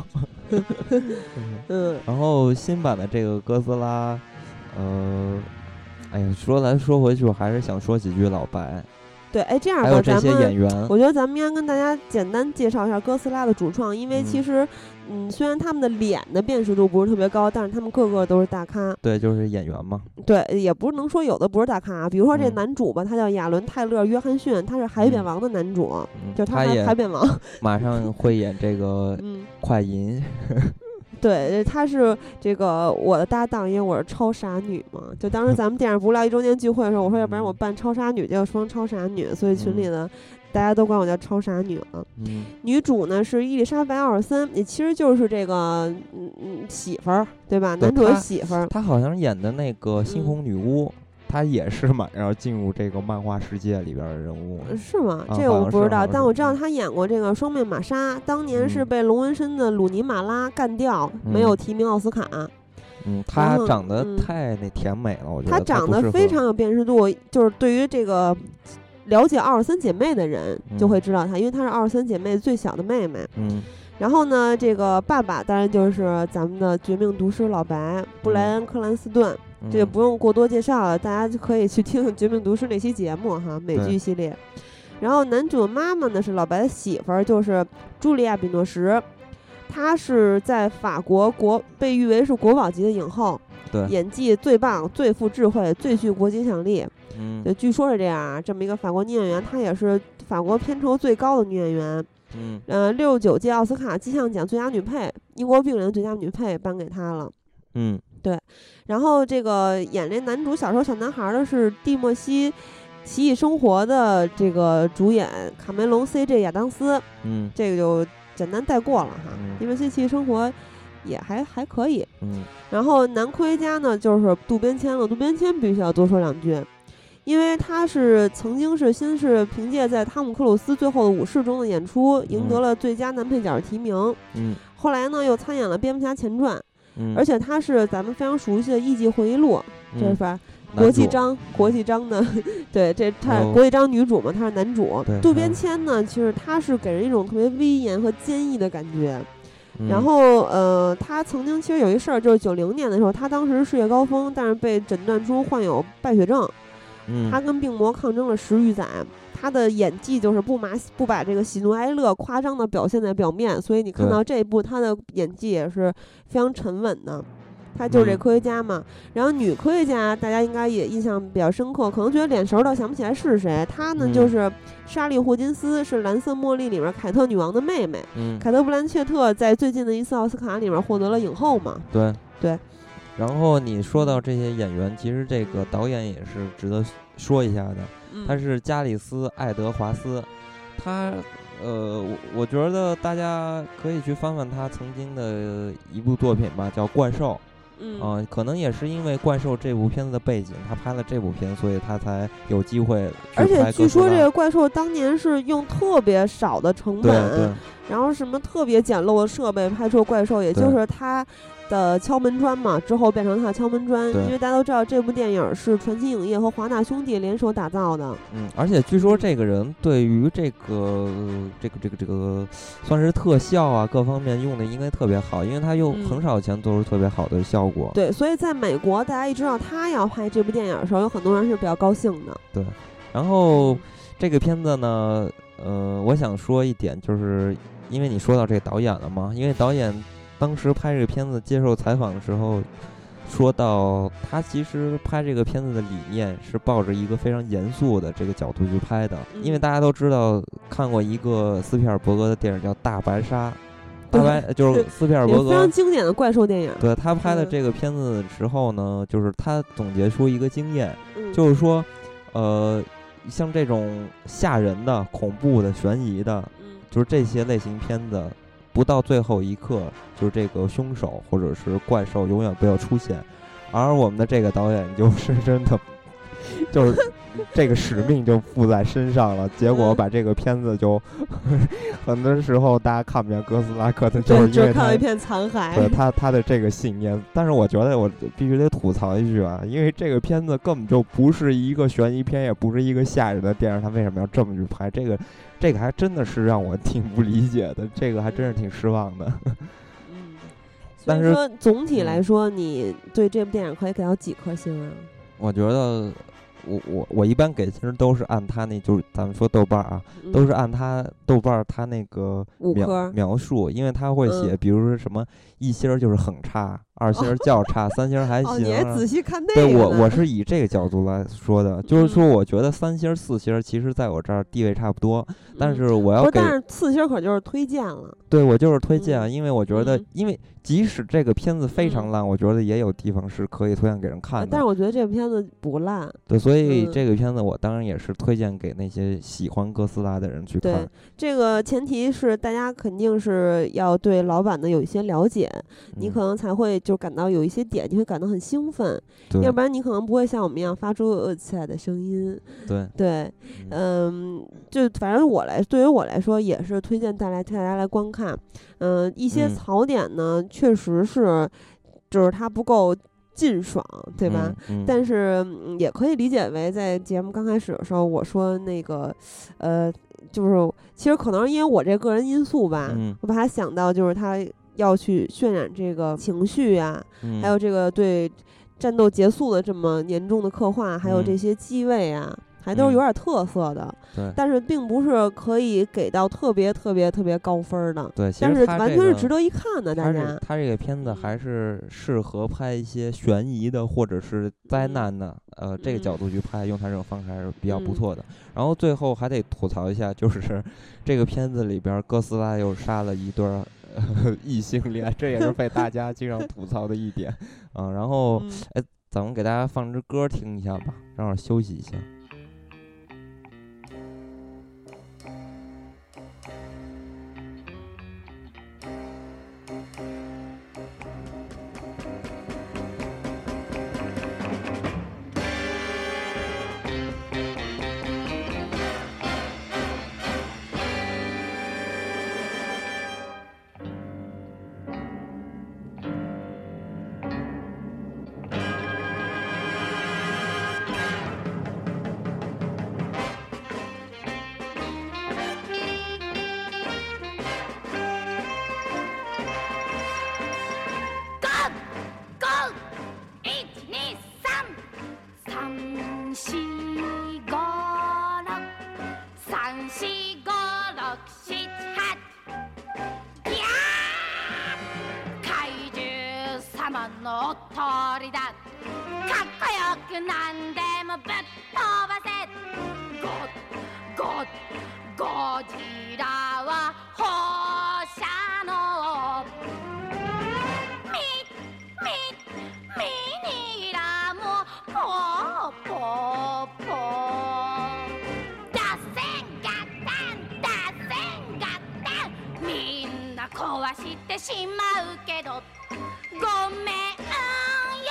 然后新版的这个哥斯拉，哎呀，说来说回去，我还是想说几句老白。 对，这样吧， 还有这些演员， 我觉得咱们应该跟大家简单介绍一下哥斯拉的主创，因为其实，虽然他们的脸的辨识度不是特别高，但是他们个个都是大咖。 对，就是演员嘛。 对，也不能说有的不是大咖，比如说这男主吧，他叫亚伦·泰勒·约翰逊，他是海扁王的男主，就他海扁王， 马上会演这个快银。 对，他是这个我的搭档，因为我是超傻女嘛。就当时咱们电影不聊1周年聚会的时候，我说要不然我扮超傻女，就双超傻女，所以群里的大家都管我叫超傻女了。女主呢是伊丽莎白·奥尔森，也其实就是这个媳妇儿，对吧？男主的媳妇儿。 她好像演的那个猩红女巫。她也是马上进入这个漫画世界里边的人物， 是吗？这个我不知道，但我知道她演过这个双面玛莎，当年是被龙纹身的鲁尼马拉干掉，没有提名奥斯卡。 她长得太甜美了，我觉得。 她长得非常有辨识度，就是对于这个了解奥尔森姐妹的人就会知道她，因为她是奥尔森姐妹最小的妹妹。然后呢，这个爸爸当然就是咱们的绝命毒师老白布莱恩·克兰斯顿。这个不用过多介绍了，大家就可以去听《绝命毒师》那期节目哈，美剧系列。然后男主妈妈呢是老白的媳妇儿，就是茱莉亚·比诺什，她是在法国被誉为是国宝级的影后， 对， 演技最棒、最富智慧、最具国际影响力。据说是这样，这么一个法国女演员，她也是法国片酬最高的女演员。69届奥斯卡金像奖最佳女配，英国病人最佳女配颁给她了。对，然后这个演这男主小时候小男孩的是蒂莫西·奇异生活的这个主演卡梅隆 CJ 亚当斯，这个就简单带过了哈。蒂莫西奇异生活也还可以，然后男科学家呢就是渡边谦了，渡边谦必须要多说两句，因为他是曾经是先是凭借在汤姆克鲁斯最后的武士中的演出赢得了最佳男配角提名，后来呢又参演了蝙蝠侠前传。而且他是咱们非常熟悉的《艺伎回忆录》，这是吧？国际章的，对，这他国际章女主嘛，她是男主。渡边谦呢，其实他是给人一种特别威严和坚毅的感觉。然后他曾经其实有一事儿，就是90年的时候，他当时事业高峰，但是被诊断出患有败血症。他跟病魔抗争了10余载。他的演技就是不把这个喜怒哀乐夸张的表现在表面，所以你看到这一部他的演技也是非常沉稳的。他就是这科学家嘛。然后女科学家大家应该也印象比较深刻，可能觉得脸熟的想不起来是谁。她呢就是莎莉·霍金斯，是蓝色茉莉里面凯特女王的妹妹。凯特·布兰切特在最近的一次奥斯卡里面获得了影后嘛。对。 然后你说到这些演员，其实这个导演也是值得说一下的。他是加里斯·爱德华斯，他我觉得大家可以去翻翻他曾经的一部作品吧，叫《怪兽》。 可能也是因为怪兽这部片子的背景，他拍了这部片，所以他才有机会去拍哥斯拉。 而且据说这个怪兽当年是用特别少的成本，然后什么特别简陋的设备拍出怪兽，也就是他的敲门砖嘛，之后变成他的敲门砖。因为大家都知道这部电影是传奇影业和华纳兄弟联手打造的。 而且据说这个人对于这个算是特效啊各方面用的应该特别好，因为他用很少钱做出特别好的效果。 对，所以在美国大家一知道他要拍这部电影的时候，有很多人是比较高兴的。 对，然后这个片子呢，我想说一点，就是因为你说到这个导演了嘛，因为导演当时拍这个片子接受采访的时候说到，他其实拍这个片子的理念是抱着一个非常严肃的这个角度去拍的。因为大家都知道看过一个斯皮尔伯格的电影叫《大白鲨》，就是斯皮尔伯格非常经典的怪兽电影。 对，他拍的这个片子的时候呢，就是他总结出一个经验，就是说像这种吓人的、恐怖的、悬疑的，就是这些类型片子，不到最后一刻，就是这个凶手或者是怪兽永远不要出现。而我们的这个导演就深深的，就是这个使命就负在身上了。结果把这个片子就很多时候大家看不见哥斯拉，可能就是因为看到一片残骸。 对他的这个信念。但是我觉得我必须得吐槽一句啊，因为这个片子根本就不是一个悬疑片，也不是一个吓人的电影，他为什么要这么去拍？这个还真的是让我挺不理解的，这个还真是挺失望的。 但是说总体来说，你对这部电影可以给到几颗星啊？ 我觉得我一般给其实都是按他那，就是咱们说豆瓣啊，都是按他豆瓣他那个描述，因为他会写，比如说什么1星就是很差，2星较差，3星还行。 你还仔细看那个？对，我是以这个角度来说的，就是说我觉得3星4星其实在我这儿地位差不多，但是我要给， 但是4星可就是推荐了。 对，我就是推荐，因为我觉得，因为即使这个片子非常烂，我觉得也有地方是可以推荐给人看的。 但是我觉得这部片子不烂。 对，所以这个片子我当然也是推荐给那些喜欢哥斯拉的人去看。 对，这个前提是大家肯定是要对老版的有一些了解，你可能才会就感到有一些点，你会感到很兴奋，要不然你可能不会像我们一样发出起来的声音。 对， 就反正对于我来说也是推荐大家来观看。一些槽点呢，确实是就是它不够劲爽，对吧？但是也可以理解为在节目刚开始的时候我说那个就是其实可能因为我这个人因素吧，我把它想到就是他要去渲染这个情绪啊，还有这个对战斗结束的这么严重的刻画，还有这些机位啊，还都是有点特色的。 对， 但是并不是可以给到特别高分的。 对， 但是完全是值得一看的。大家， 他这个片子还是适合拍一些悬疑的或者是灾难的，这个角度去拍，用他这种方式还是比较不错的。然后最后还得吐槽一下，就是这个片子里边哥斯拉又杀了一对异性恋，这也是被大家经常吐槽的一点啊。然后，咱们给大家放支歌听一下吧，让我休息一下。 壊してしまうけどごめん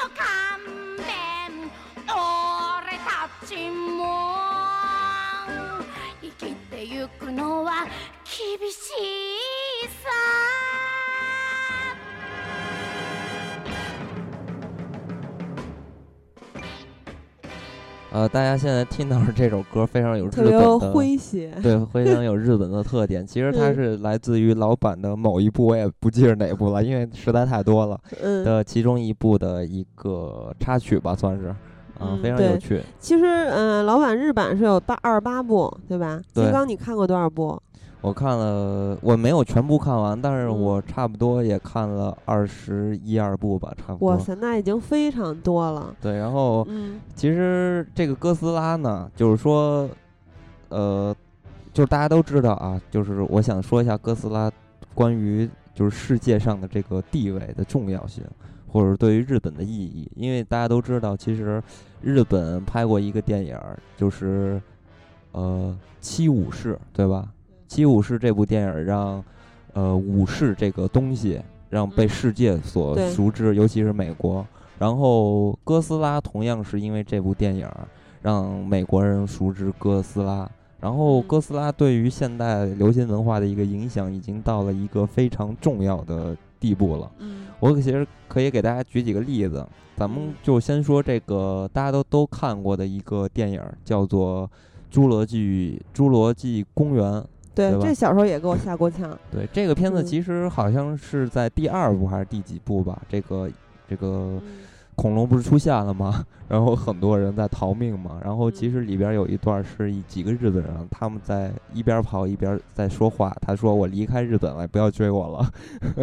大家现在听到的这首歌非常有日本的诙谐， 对，非常有日本的特点。其实它是来自于老版的某一部，我也不记得哪部了，因为实在太多了。的其中一部的一个插曲吧，算是，非常有趣。 其实，老版日版是有28部，对吧？金刚你看过多少部？ 我看了，我没有全部看完，但是我差不多也看了21、22部吧，差不多。 哇塞，那已经非常多了。 对，然后，其实这个哥斯拉呢，就是说，就是大家都知道啊，就是我想说一下哥斯拉关于就是世界上的这个地位的重要性，或者对于日本的意义，因为大家都知道，其实日本拍过一个电影，就是七武士，对吧？七武士这部电影让武士这个东西让被世界所熟知，尤其是美国。然后哥斯拉同样是因为这部电影让美国人熟知哥斯拉。然后哥斯拉对于现代流行文化的一个影响已经到了一个非常重要的地步了。我其实可以给大家举几个例子，咱们就先说这个大家都看过的一个电影，叫做侏罗纪公园。 对，这小时候也给我吓过呛。 对，这个片子其实好像是在第2部还是第几部吧？这个恐龙不是出现了吗？然后很多人在逃命嘛。然后其实里边有一段是几个日本人，他们在一边跑一边在说话。他说：“我离开日本了，不要追我了。”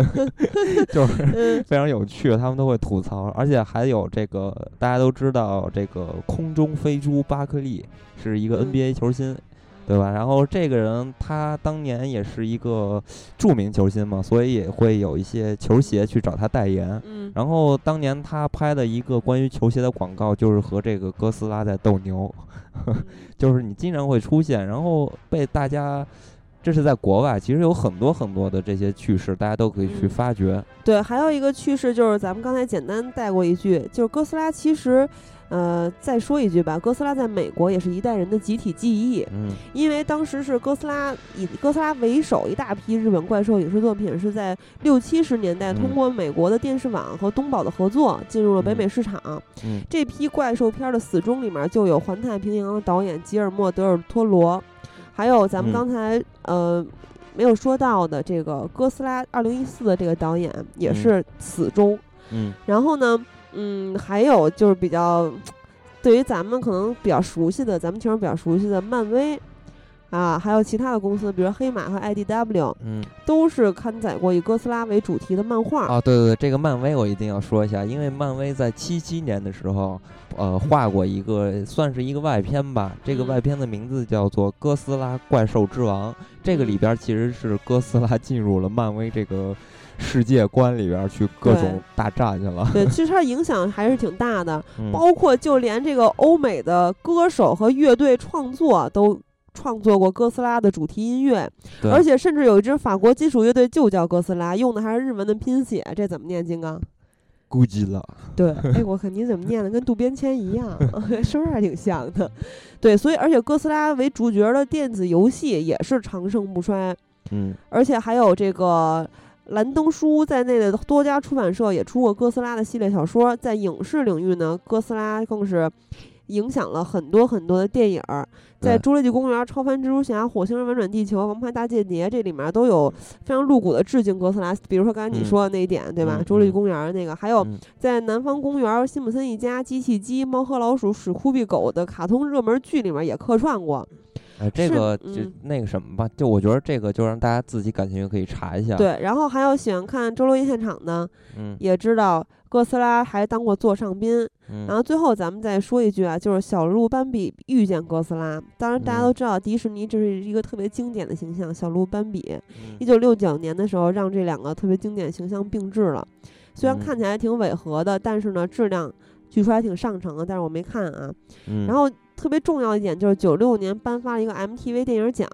就是非常有趣，他们都会吐槽。而且还有这个大家都知道，这个空中飞猪巴克利是一个 NBA 球星。对吧？然后这个人他当年也是一个著名球星嘛，所以也会有一些球鞋去找他代言。然后当年他拍的一个关于球鞋的广告，就是和这个哥斯拉在斗牛，就是你经常会出现，然后被大家，这是在国外，其实有很多很多的这些趣事，大家都可以去发掘。 对，还有一个趣事就是咱们刚才简单带过一句，就是哥斯拉其实。再说一句吧，哥斯拉在美国也是一代人的集体记忆。因为当时是哥斯拉以哥斯拉为首，一大批日本怪兽影视作品是在60、70年代通过美国的电视网和东宝的合作进入了北美市场。这批怪兽片的死忠里面就有《环太平洋》的导演吉尔莫·德尔托罗，还有咱们刚才没有说到的这个哥斯拉2014的这个导演也是死忠。然后呢？还有就是比较，对于咱们可能比较熟悉的，咱们听众比较熟悉的漫威啊，还有其他的公司，比如黑马和 IDW，都是刊载过以哥斯拉为主题的漫画。 啊，对对对，这个漫威我一定要说一下，因为漫威在77年的时候，画过一个算是一个外篇吧，这个外篇的名字叫做《哥斯拉怪兽之王》，这个里边其实是哥斯拉进入了漫威这个世界观里边去各种大战去了。 对，其实它影响还是挺大的，包括就连这个欧美的歌手和乐队创作都创作过哥斯拉的主题音乐，而且甚至有一支法国金属乐队就叫哥斯拉，用的还是日文的拼写，这怎么念？金刚？ 估计了。 对，哎，我看你怎么念的，跟渡边谦一样，声还挺像的。对，所以而且哥斯拉为主角的电子游戏也是长盛不衰。而且还有这个。兰登书在内的多家出版社也出过哥斯拉的系列小说，在影视领域呢，哥斯拉更是影响了很多很多的电影，在《侏罗纪公园》《超凡蜘蛛侠》《火星人玩转地球》《王牌大间谍》这里面都有非常露骨的致敬哥斯拉，比如说刚才你说的那一点，对吧？侏罗纪公园那个，还有在南方公园、辛普森一家、机器鸡、猫和老鼠、史酷比狗的卡通热门剧里面也客串过。 这个就那个什么吧，就我觉得这个就让大家自己感兴趣可以查一下。 对，然后还有喜欢看周六夜现场的，也知道哥斯拉还当过座上宾。然后最后咱们再说一句啊，就是小鹿斑比遇见哥斯拉。当然大家都知道迪士尼这是一个特别经典的形象，小鹿斑比。1969年的时候让这两个特别经典形象并置了，虽然看起来挺违和的，但是呢质量据说还挺上乘的，但是我没看啊。然后特别重要一点就是96年颁发了一个 MTV 电影奖，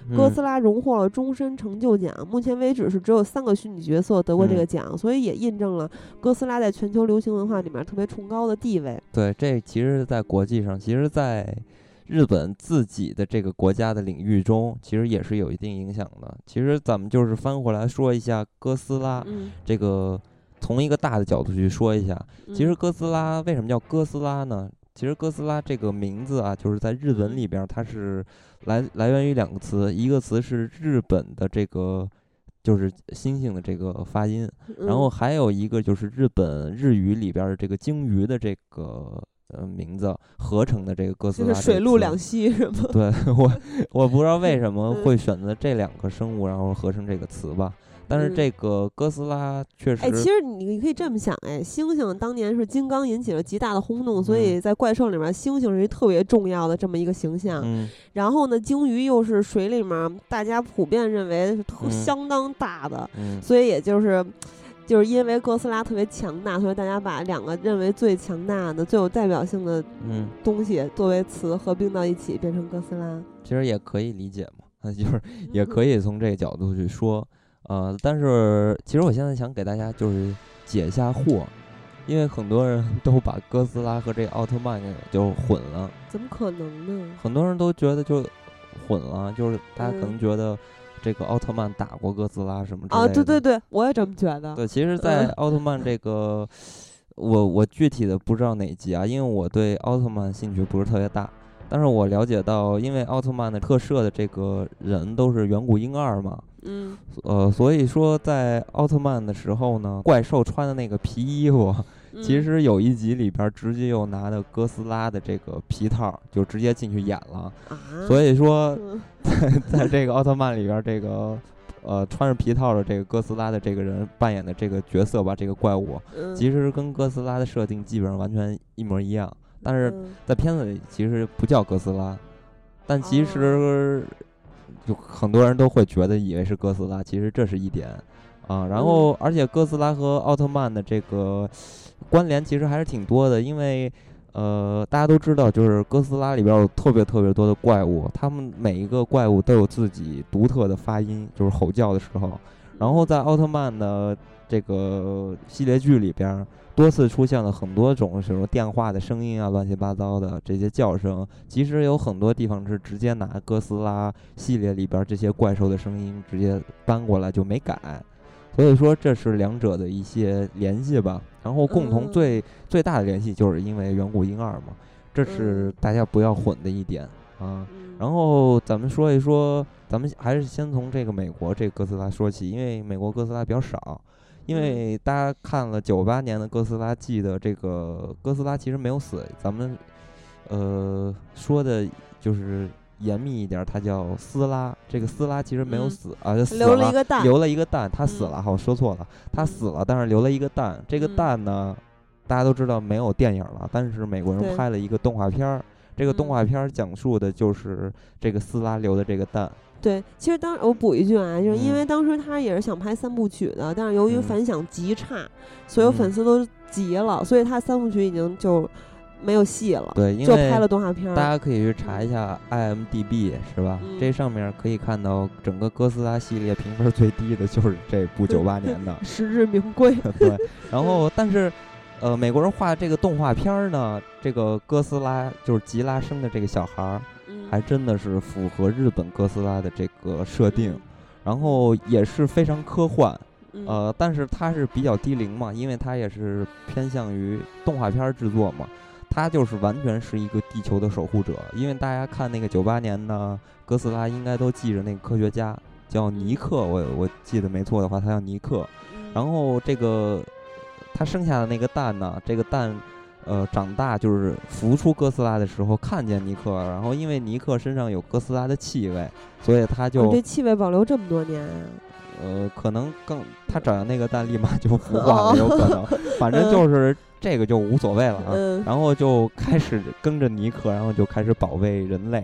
哥斯拉荣获了终身成就奖，目前为止是只有3个虚拟角色得过这个奖，所以也印证了哥斯拉在全球流行文化里面特别崇高的地位。 对，这其实在国际上，其实在日本自己的这个国家的领域中，其实也是有一定影响的。其实咱们就是翻回来说一下哥斯拉，这个从一个大的角度去说一下，其实哥斯拉为什么叫哥斯拉呢？其实哥斯拉这个名字啊，就是在日文里边它是来源于2个词，一个词是日本的这个就是猩猩的这个发音，然后还有一个就是日语里边的这个鲸鱼的这个名字合成的这个哥斯拉， 就是水陆两栖是吗？ 对，我不知道为什么会选择这2个生物然后合成这个词吧。但是这个哥斯拉确实， 其实你可以这么想，猩猩当年是金刚引起了极大的轰动，所以在怪兽里面，猩猩是一特别重要的这么一个形象。然后呢，鲸鱼又是水里面大家普遍认为是相当大的，所以也就是因为哥斯拉特别强大，所以大家把2个认为最强大的、最有代表性的东西作为词合并到一起，变成哥斯拉。 其实也可以理解嘛，就是也可以从这个角度去说。但是其实我现在想给大家就是解一下惑，因为很多人都把哥斯拉和这个奥特曼就混了。 怎么可能呢？ 很多人都觉得就混了，就是大家可能觉得这个奥特曼打过哥斯拉什么之类的。 对对对，我也这么觉得。 对，其实在奥特曼这个我具体的不知道哪集啊，因为我对奥特曼兴趣不是特别大，但是我了解到，因为奥特曼的特摄的这个人都是远古婴儿嘛，所以说在奥特曼的时候呢，怪兽穿的那个皮衣服，其实有一集里边直接又拿的哥斯拉的这个皮套，就直接进去演了。所以说，在这个奥特曼里边，这个穿着皮套的这个哥斯拉的这个人扮演的这个角色吧，这个怪物，其实跟哥斯拉的设定基本上完全一模一样。但是在片子里其实不叫哥斯拉，但其实就很多人都会觉得以为是哥斯拉，其实这是一点啊。然后而且哥斯拉和奥特曼的这个关联其实还是挺多的，因为大家都知道，就是哥斯拉里边有特别多的怪物，他们每一个怪物都有自己独特的发音，就是吼叫的时候。然后在奥特曼的这个系列剧里边，多次出现了很多种什么电话的声音啊，乱七八糟的这些叫声，其实有很多地方是直接拿哥斯拉系列里边这些怪兽的声音直接搬过来就没改，所以说这是2者的一些联系吧。然后共同最大的联系就是因为远古婴儿嘛，这是大家不要混的一点啊。然后咱们说一说，咱们还是先从这个美国这个哥斯拉说起，因为美国哥斯拉比较少。因为大家看了98年的哥斯拉记的这个哥斯拉其实没有死，咱们说的就是严密一点，它叫斯拉，这个斯拉其实没有死死了，留了一个蛋，他死了，我说错了，他死了，但是留了一个蛋，这个蛋呢大家都知道没有电影了，但是美国人拍了一个动画片，这个动画片讲述的就是这个斯拉留的这个蛋。 对，其实我补一句啊，就是因为当时他也是想拍3部曲的，但是由于反响极差，所有粉丝都急了，所以他3部曲已经就没有戏了， 对，因为就拍了动画片。 大家可以去查一下 IMDB 是吧？这上面可以看到整个哥斯拉系列评分最低的就是这部98年的， 实至名归。 对，然后但是美国人画这个动画片呢，这个哥斯拉就是吉拉生的这个小孩还真的是符合日本哥斯拉的这个设定，然后也是非常科幻，但是它是比较低龄嘛，因为它也是偏向于动画片制作嘛，它就是完全是一个地球的守护者。因为大家看那个98年的哥斯拉，应该都记着那个科学家叫尼克，我记得没错的话，他叫尼克。然后这个他生下的那个蛋呢，这个蛋。长大就是孵出哥斯拉的时候看见尼克，然后因为尼克身上有哥斯拉的气味，所以他就这气味保留这么多年可能他长那个蛋立马就孵化了，有可能，反正就是这个就无所谓了啊。然后就开始跟着尼克，然后就开始保卫人类。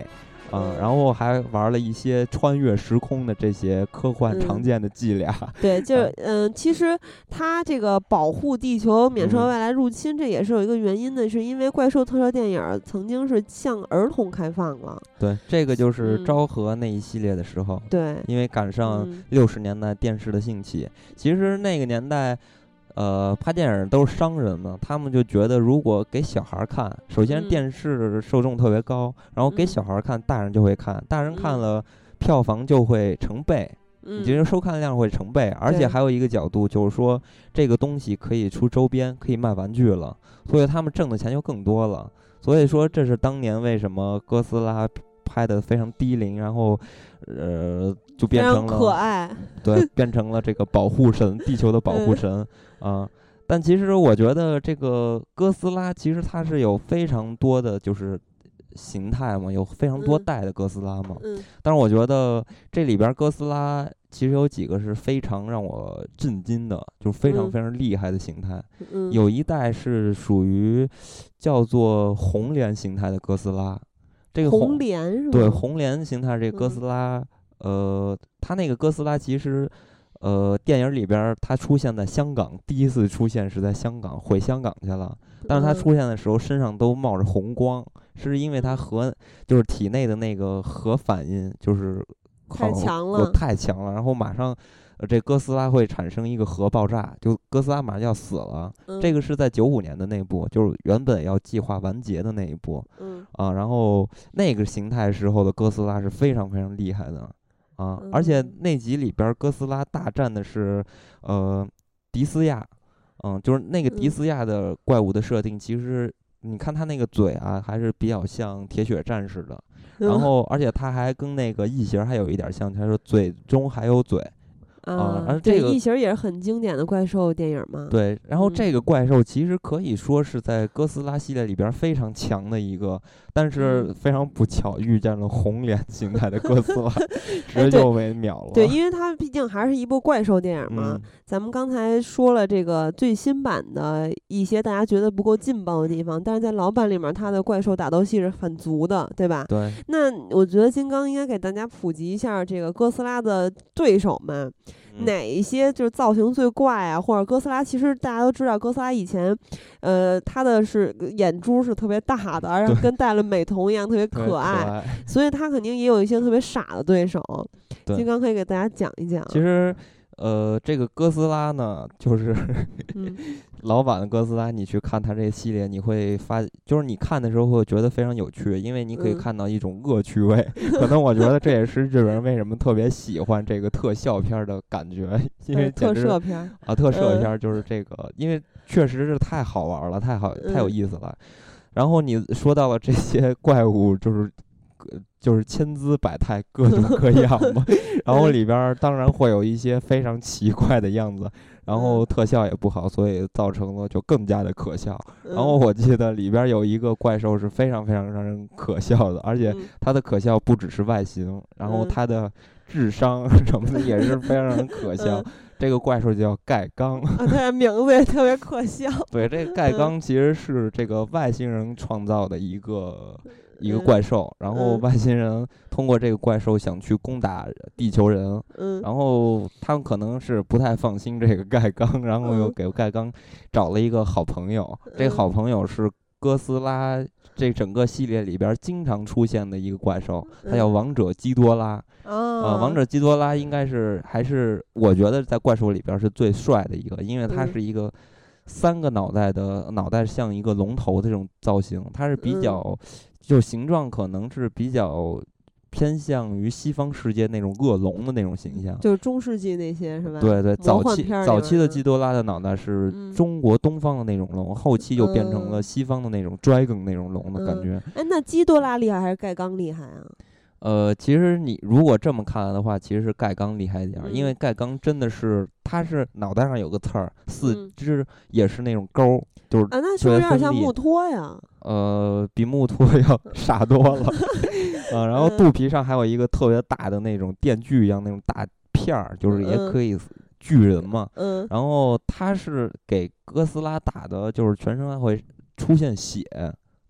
然后还玩了一些穿越时空的这些科幻常见的伎俩。 对，就是其实它这个保护地球免受外来入侵，这也是有一个原因的，是因为怪兽特摄电影曾经是向儿童开放了。 对，这个就是昭和那一系列的时候。 对， 因为赶上60年代电视的兴起，其实那个年代。拍电影都是商人嘛，他们就觉得如果给小孩看，首先电视受众特别高，然后给小孩看，大人就会看，大人看了票房就会成倍，你觉得收看量会成倍，而且还有一个角度就是说这个东西可以出周边，可以卖玩具了，所以他们挣的钱就更多了。所以说这是当年为什么哥斯拉拍的非常低龄，然后就变成了可爱， 对，变成了这个保护神，地球的保护神但其实我觉得这个哥斯拉其实它是有非常多的就是形态嘛，有非常多代的哥斯拉嘛。但是我觉得这里边哥斯拉其实有几个是非常让我震惊的，就是非常非常厉害的形态。有一代是属于叫做红莲形态的哥斯拉。这个红莲是吧？ 对，红莲形态这个哥斯拉，它那个哥斯拉其实，电影里边它出现在香港，第一次出现是在香港，回香港去了。但是它出现的时候身上都冒着红光，是因为它就是体内的那个核反应就是太强了， 然后马上。这哥斯拉会产生一个核爆炸，就哥斯拉马上要死了。这个是在95年的那部，就是原本要计划完结的那一部。然后那个形态时候的哥斯拉是非常非常厉害的而且那集里边哥斯拉大战的是迪斯亚，就是那个迪斯亚的怪物的设定，其实你看他那个嘴还是比较像铁血战士的，然后而且他还跟那个异形还有一点像，他说嘴中还有嘴。然后这个异形也是很经典的怪兽电影嘛。 对，然后这个怪兽其实可以说是在哥斯拉系列里边非常强的一个，但是非常不巧遇见了红莲形态的哥斯拉，直接就被秒了。 对，因为它毕竟还是一部怪兽电影嘛。咱们刚才说了这个最新版的一些大家觉得不够劲爆的地方，但是在老版里面它的怪兽打斗戏是很足的，对吧？ 对。 那我觉得金刚应该给大家普及一下这个哥斯拉的对手们。哪一些就是造型最怪或者哥斯拉其实大家都知道，哥斯拉以前他的是眼珠是特别大的，而且跟戴了美瞳一样特别可爱，所以他肯定也有一些特别傻的对手。金刚可以给大家讲一讲。 其实这个哥斯拉呢，就是老版的哥斯拉，你去看它这个系列，你会就是你看的时候会觉得非常有趣，因为你可以看到一种恶趣味。可能我觉得这也是日本人为什么特别喜欢这个特效片的感觉，因为特摄片特摄片就是这个，因为确实是太好玩了，太有意思了。然后你说到了这些怪物，就是千姿百态，各种各样嘛。然后里边当然会有一些非常奇怪的样子，然后特效也不好，所以造成了就更加的可笑。然后我记得里边有一个怪兽是非常非常让人可笑的，而且它的可笑不只是外形，然后它的智商什么的也是非常让人可笑。这个怪兽叫盖刚， 它的名字也特别可笑。 对，这个盖刚其实是这个外星人创造的一个怪兽，然后外星人通过这个怪兽想去攻打地球人，然后他们可能是不太放心这个盖刚，然后又给盖刚找了一个好朋友，这个好朋友是哥斯拉这整个系列里边经常出现的一个怪兽，它叫王者基多拉。王者基多拉应该还是我觉得在怪兽里边是最帅的一个，因为它是一个3个脑袋像一个龙头的这种造型，它是比较就形状可能是比较偏向于西方世界那种恶龙的那种形象， 就是中世纪那些是吧？ 对对，早期的基多拉的脑袋是中国东方的那种龙，后期就变成了西方的那种 dragon 那种龙的感觉。 那基多拉厉害还是盖刚厉害啊？ 其实你如果这么看的话，其实是盖刚厉害一点，因为盖刚真的是他是脑袋上有个刺儿，4只也是那种钩，就是那是不是有点像木托呀？ 比木托要傻多了。然后肚皮上还有一个特别大的那种电锯一样那种大片儿，就是也可以锯人嘛。然后他是给哥斯拉打的，就是全身还会出现血。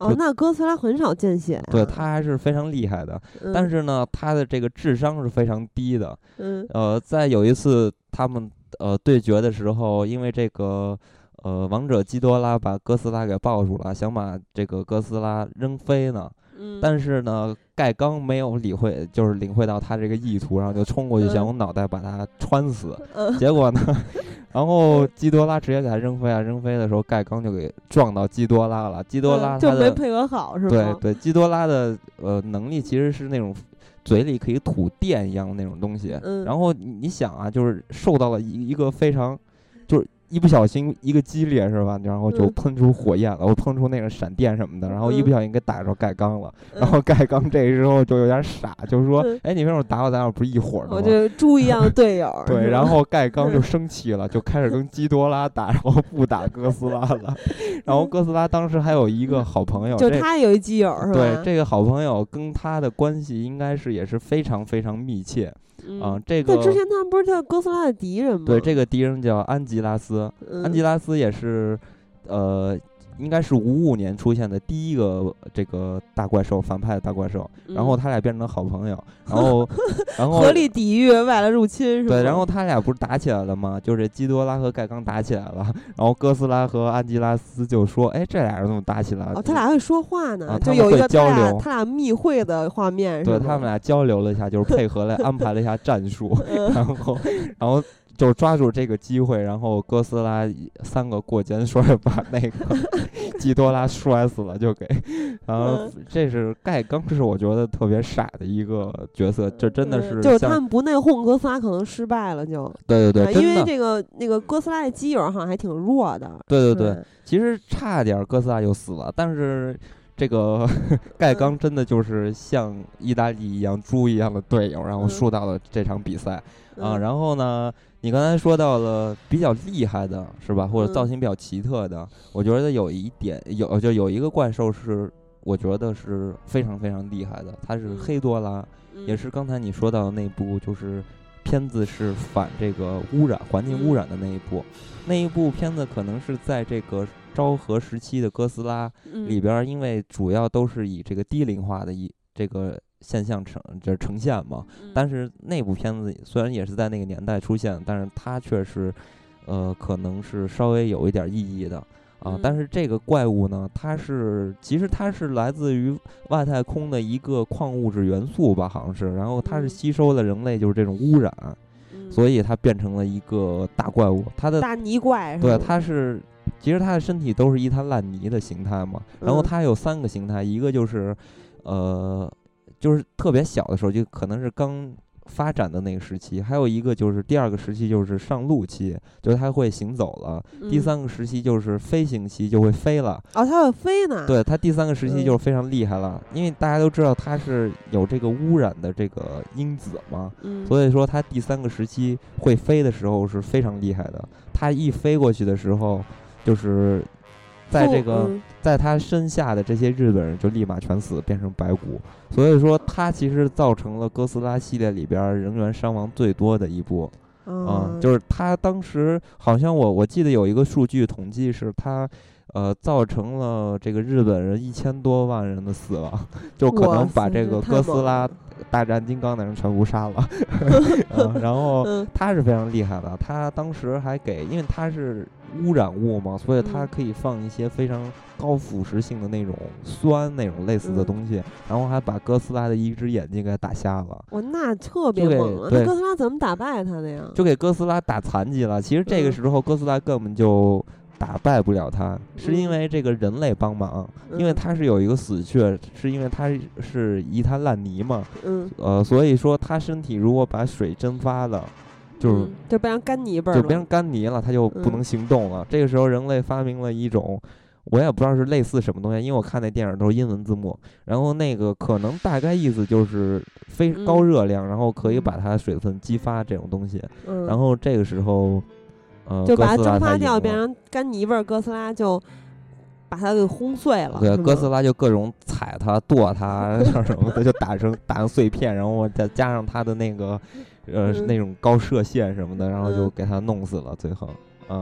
那哥斯拉很少见血对，他还是非常厉害的，但是呢，他的这个智商是非常低的。在有一次他们对决的时候，因为这个王者基多拉把哥斯拉给抱住了，想把这个哥斯拉扔飞呢。但是呢，盖刚没有领会到他这个意图，然后就冲过去想用脑袋把他穿死。结果呢，然后基多拉直接给他扔飞啊！扔飞的时候，盖刚就给撞到基多拉了。基多拉就没配合好是吧？对，基多拉的能力其实是那种嘴里可以吐电一样的那种东西。然后你想啊，就是受到了一个非常就是一不小心一个激烈是吧，然后就喷出火焰了，我喷出那个闪电什么的，然后一不小心给打着盖刚了，然后盖刚这时候就有点傻，就是说，哎，你为什么打我？咱俩不是一伙的吗？ 我就猪一样的队友。 对，然后盖刚就生气了，就开始跟基多拉打，然后不打哥斯拉了。然后哥斯拉当时还有一个好朋友， 就他有一基友是吧？ 对，这个好朋友跟他的关系应该是也是非常非常密切。这个之前他们不是叫哥斯拉的敌人吗？ 对，这个敌人叫安吉拉斯，安吉拉斯也是应该是55年出现的第一个这个大怪兽，反派的大怪兽，然后他俩变成好朋友，然后合力抵御外来入侵是吧？ 对，然后他俩不是打起来了吗？就是基多拉和盖刚打起来了，然后哥斯拉和安吉拉斯就说：“哎，这俩人怎么打起来了？” 他俩会说话呢， 就有一个交流， 他俩密会的画面。 对，他们俩交流了一下，就是配合来安排了一下战术，然后。就抓住这个机会，然后哥斯拉3个过肩摔把那个基多拉摔死了，就给，然后这是盖刚是我觉得特别傻的一个角色，这真的是就是他们不内讧，哥斯拉可能失败了就。 对， 因为那个哥斯拉的基友好像还挺弱的。 对，其实差点哥斯拉就死了，但是。这个盖刚真的就是像意大利一样猪一样的队友，然后输到了这场比赛然后呢，你刚才说到了比较厉害的是吧，或者造型比较奇特的，我觉得有一点有一个怪兽是我觉得是非常非常厉害的，它是黑多拉，也是刚才你说到的那部就是片子是反这个环境污染的那一部，那一部片子可能是在这个昭和时期的哥斯拉里边，因为主要都是以这个低龄化的这个现象呈现嘛。但是那部片子虽然也是在那个年代出现，但是它却是可能是稍微有一点意义的但是这个怪物呢，其实它是来自于外太空的一个矿物质元素吧，好像是，然后它是吸收了人类就是这种污染，所以它变成了一个大怪物，它的大泥怪。 对，其实它的身体都是一滩烂泥的形态嘛，然后它有3个形态，一个就是就是特别小的时候，就可能是刚发展的那个时期，还有一个就是第2个时期就是上路期，就是它会行走了，第3个时期就是飞行期，就会飞了。 它会飞呢？ 对，它第3个时期就是非常厉害了，因为大家都知道它是有这个污染的这个因子嘛，所以说它第3个时期会飞的时候是非常厉害的。它一飞过去的时候，就是在他身下的这些日本人就立马全死，变成白骨。所以说，他其实造成了哥斯拉系列里边人员伤亡最多的一部。就是他当时好像我记得有一个数据统计是他造成了这个日本人1000多万人的死亡，就可能把这个哥斯拉大战金刚的人全部杀了。然后他是非常厉害的，他当时还因为他是污染物嘛，所以它可以放一些非常高腐蚀性的那种酸那种类似的东西，然后还把哥斯拉的一只眼睛给打瞎了。 那特别猛啊！那哥斯拉怎么打败他的呀？ 就给哥斯拉打残疾了。其实这个时候哥斯拉根本就打败不了他，是因为这个人类帮忙，因为他是有一个死穴，是因为他是一滩烂泥嘛，所以说他身体如果把水蒸发了， 就变成干泥巴了， 就变成干泥了，他就不能行动了。这个时候人类发明了一种，我也不知道是类似什么东西，因为我看那电影都是英文字幕，然后那个可能大概意思就是非高热量，然后可以把它水分激发这种东西，然后这个时候就把它蒸发掉，变成干泥巴，哥斯拉就把它给轰碎了。 对，哥斯拉就各种踩它、剁它什么的，就打成碎片，然后再加上它的那个那种高射线什么的，然后就给它弄死了。最后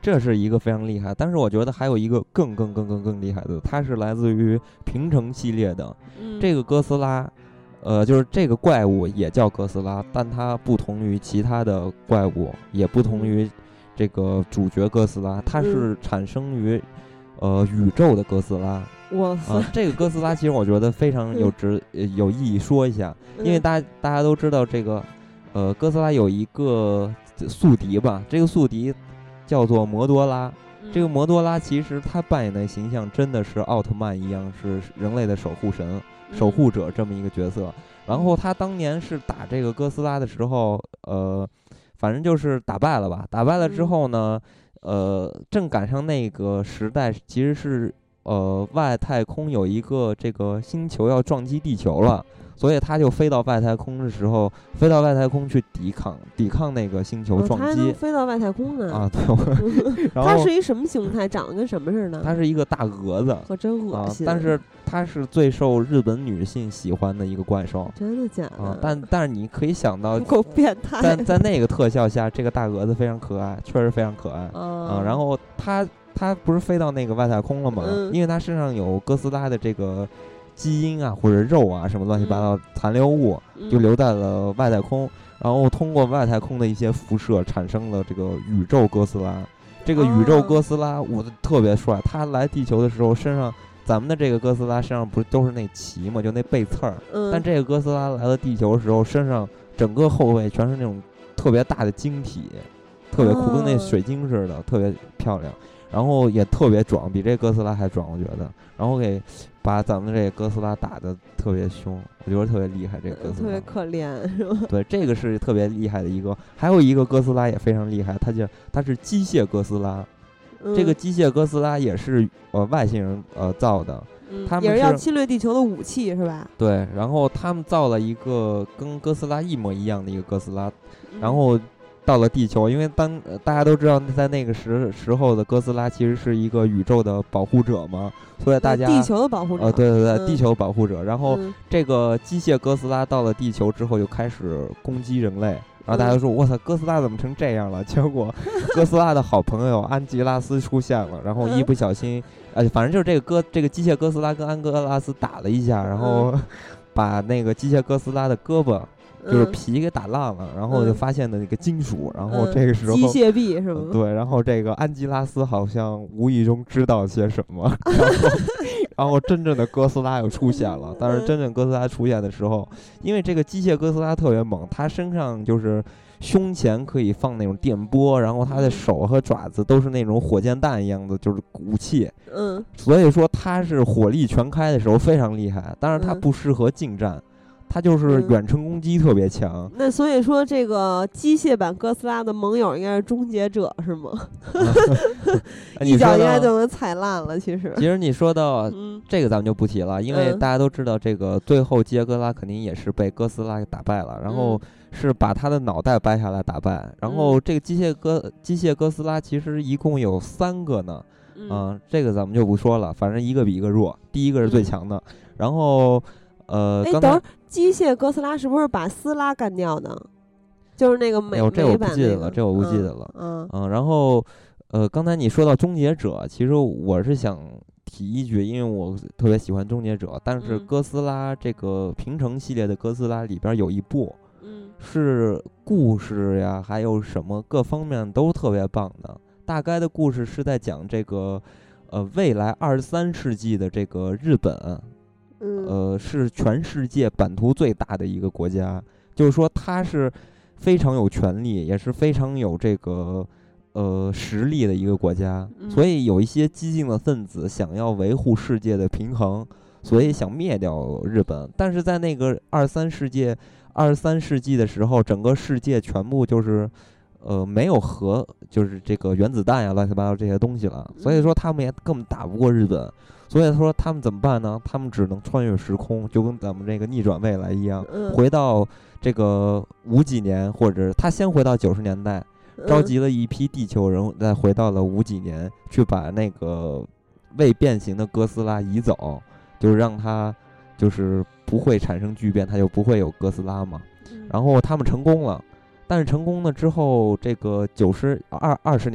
这是一个非常厉害。但是我觉得还有一个更厉害的，它是来自于平成系列的，这个哥斯拉。就是这个怪物也叫哥斯拉，但它不同于其他的怪物，也不同于这个主角哥斯拉，它是产生于宇宙的哥斯拉。 哇塞！ 这个哥斯拉其实我觉得非常有意义说一下，因为大家都知道这个哥斯拉有一个宿敌吧，这个宿敌叫做摩多拉。这个摩多拉其实他扮演的形象真的是奥特曼一样，是人类的守护神。守护者这么一个角色，然后他当年是打这个哥斯拉的时候，反正就是打败了吧。打败了之后呢，正赶上那个时代，其实是外太空有一个这个星球要撞击地球了。所以他就飞到外太空的时候，飞到外太空去抵抗那个星球撞击。 他还能飞到外太空呢？ 啊，对。然后它是一什么形态？长得跟什么似的？ 它是一个大蛾子， 可真恶心。 但是它是最受日本女性喜欢的一个怪兽。 真的假的？ 但是你可以想到， 够变态。 在那个特效下，这个大蛾子非常可爱，确实非常可爱。然后它不是飞到那个外太空了吗？因为它身上有哥斯拉的这个基因啊，或者肉啊，什么乱七八糟残留物，就留在了外太空，然后通过外太空的一些辐射，产生了这个宇宙哥斯拉。这个宇宙哥斯拉，我特别帅。他来地球的时候，身上咱们的这个哥斯拉身上不是都是那鳍嘛，就那背刺儿。但这个哥斯拉来到地球的时候，身上整个后背全是那种特别大的晶体，特别酷，跟那水晶似的，特别漂亮。然后也特别壮，比这哥斯拉还壮，我觉得。然后给把咱们这个哥斯拉打得特别凶，我觉得特别厉害。这个哥斯拉特别可怜，是吧？ 对，这个是特别厉害的一个。还有一个哥斯拉也非常厉害，它是机械哥斯拉。这个机械哥斯拉也是外星人造的，他们也是要侵略地球的武器，是吧？ 对，然后他们造了一个跟哥斯拉一模一样的一个哥斯拉，然后到了地球，因为大家都知道，在那个时候的哥斯拉其实是一个宇宙的保护者嘛，所以大家地球的保护者， 对，地球保护者。然后这个机械哥斯拉到了地球之后，就开始攻击人类。然后大家说：“我操，哥斯拉怎么成这样了？”结果，哥斯拉的好朋友安吉拉斯出现了，然后一不小心，反正就是这个机械哥斯拉跟安吉拉斯打了一下，然后把那个机械哥斯拉的胳膊就是皮给打烂了，然后就发现的那个金属，然后这个时候机械臂是吗？ 对，然后这个安吉拉斯好像无意中知道些什么，然后真正的哥斯拉又出现了。但是真正哥斯拉出现的时候，因为这个机械哥斯拉特别猛，他身上就是胸前可以放那种电波，然后他的手和爪子都是那种火箭弹一样的，就是武器。所以说他是火力全开的时候非常厉害，但是他不适合近战。它就是远程攻击特别强。 那所以说，这个机械版哥斯拉的盟友应该是终结者，是吗？一脚应该就能踩烂了。其实你说到这个，咱们就不提了，因为大家都知道，这个最后机械哥斯拉肯定也是被哥斯拉给打败了，然后是把他的脑袋掰下来打败。然后这个机械哥斯拉其实一共有3个呢，这个咱们就不说了，反正一个比一个弱，第一个是最强的。然后等会儿机械哥斯拉是不是把斯拉干掉的？就是那个美版这我不记得了，这我不记得了。然后刚才你说到终结者，其实我是想提一句，因为我特别喜欢终结者，但是哥斯拉这个平成系列的哥斯拉里边有一部，是故事呀，还有什么各方面都特别棒的。大概的故事是在讲这个未来23世纪的这个日本。是全世界版图最大的一个国家，就是说它是非常有权力，也是非常有这个实力的一个国家。所以有一些激进的分子想要维护世界的平衡，所以想灭掉日本。但是在那个23世纪的时候，整个世界全部就是没有就是这个原子弹呀乱七八糟这些东西了，所以说他们也根本打不过日本。所以说他们怎么办呢？他们只能穿越时空，就跟咱们这个逆转未来一样，回到这个50几年，或者他先回到90年代，召集了一批地球人，再回到了50几年，去把那个未变形的哥斯拉移走，就是让他就是不会产生巨变，他就不会有哥斯拉嘛。然后他们成功了，但是成功了之后，这个20年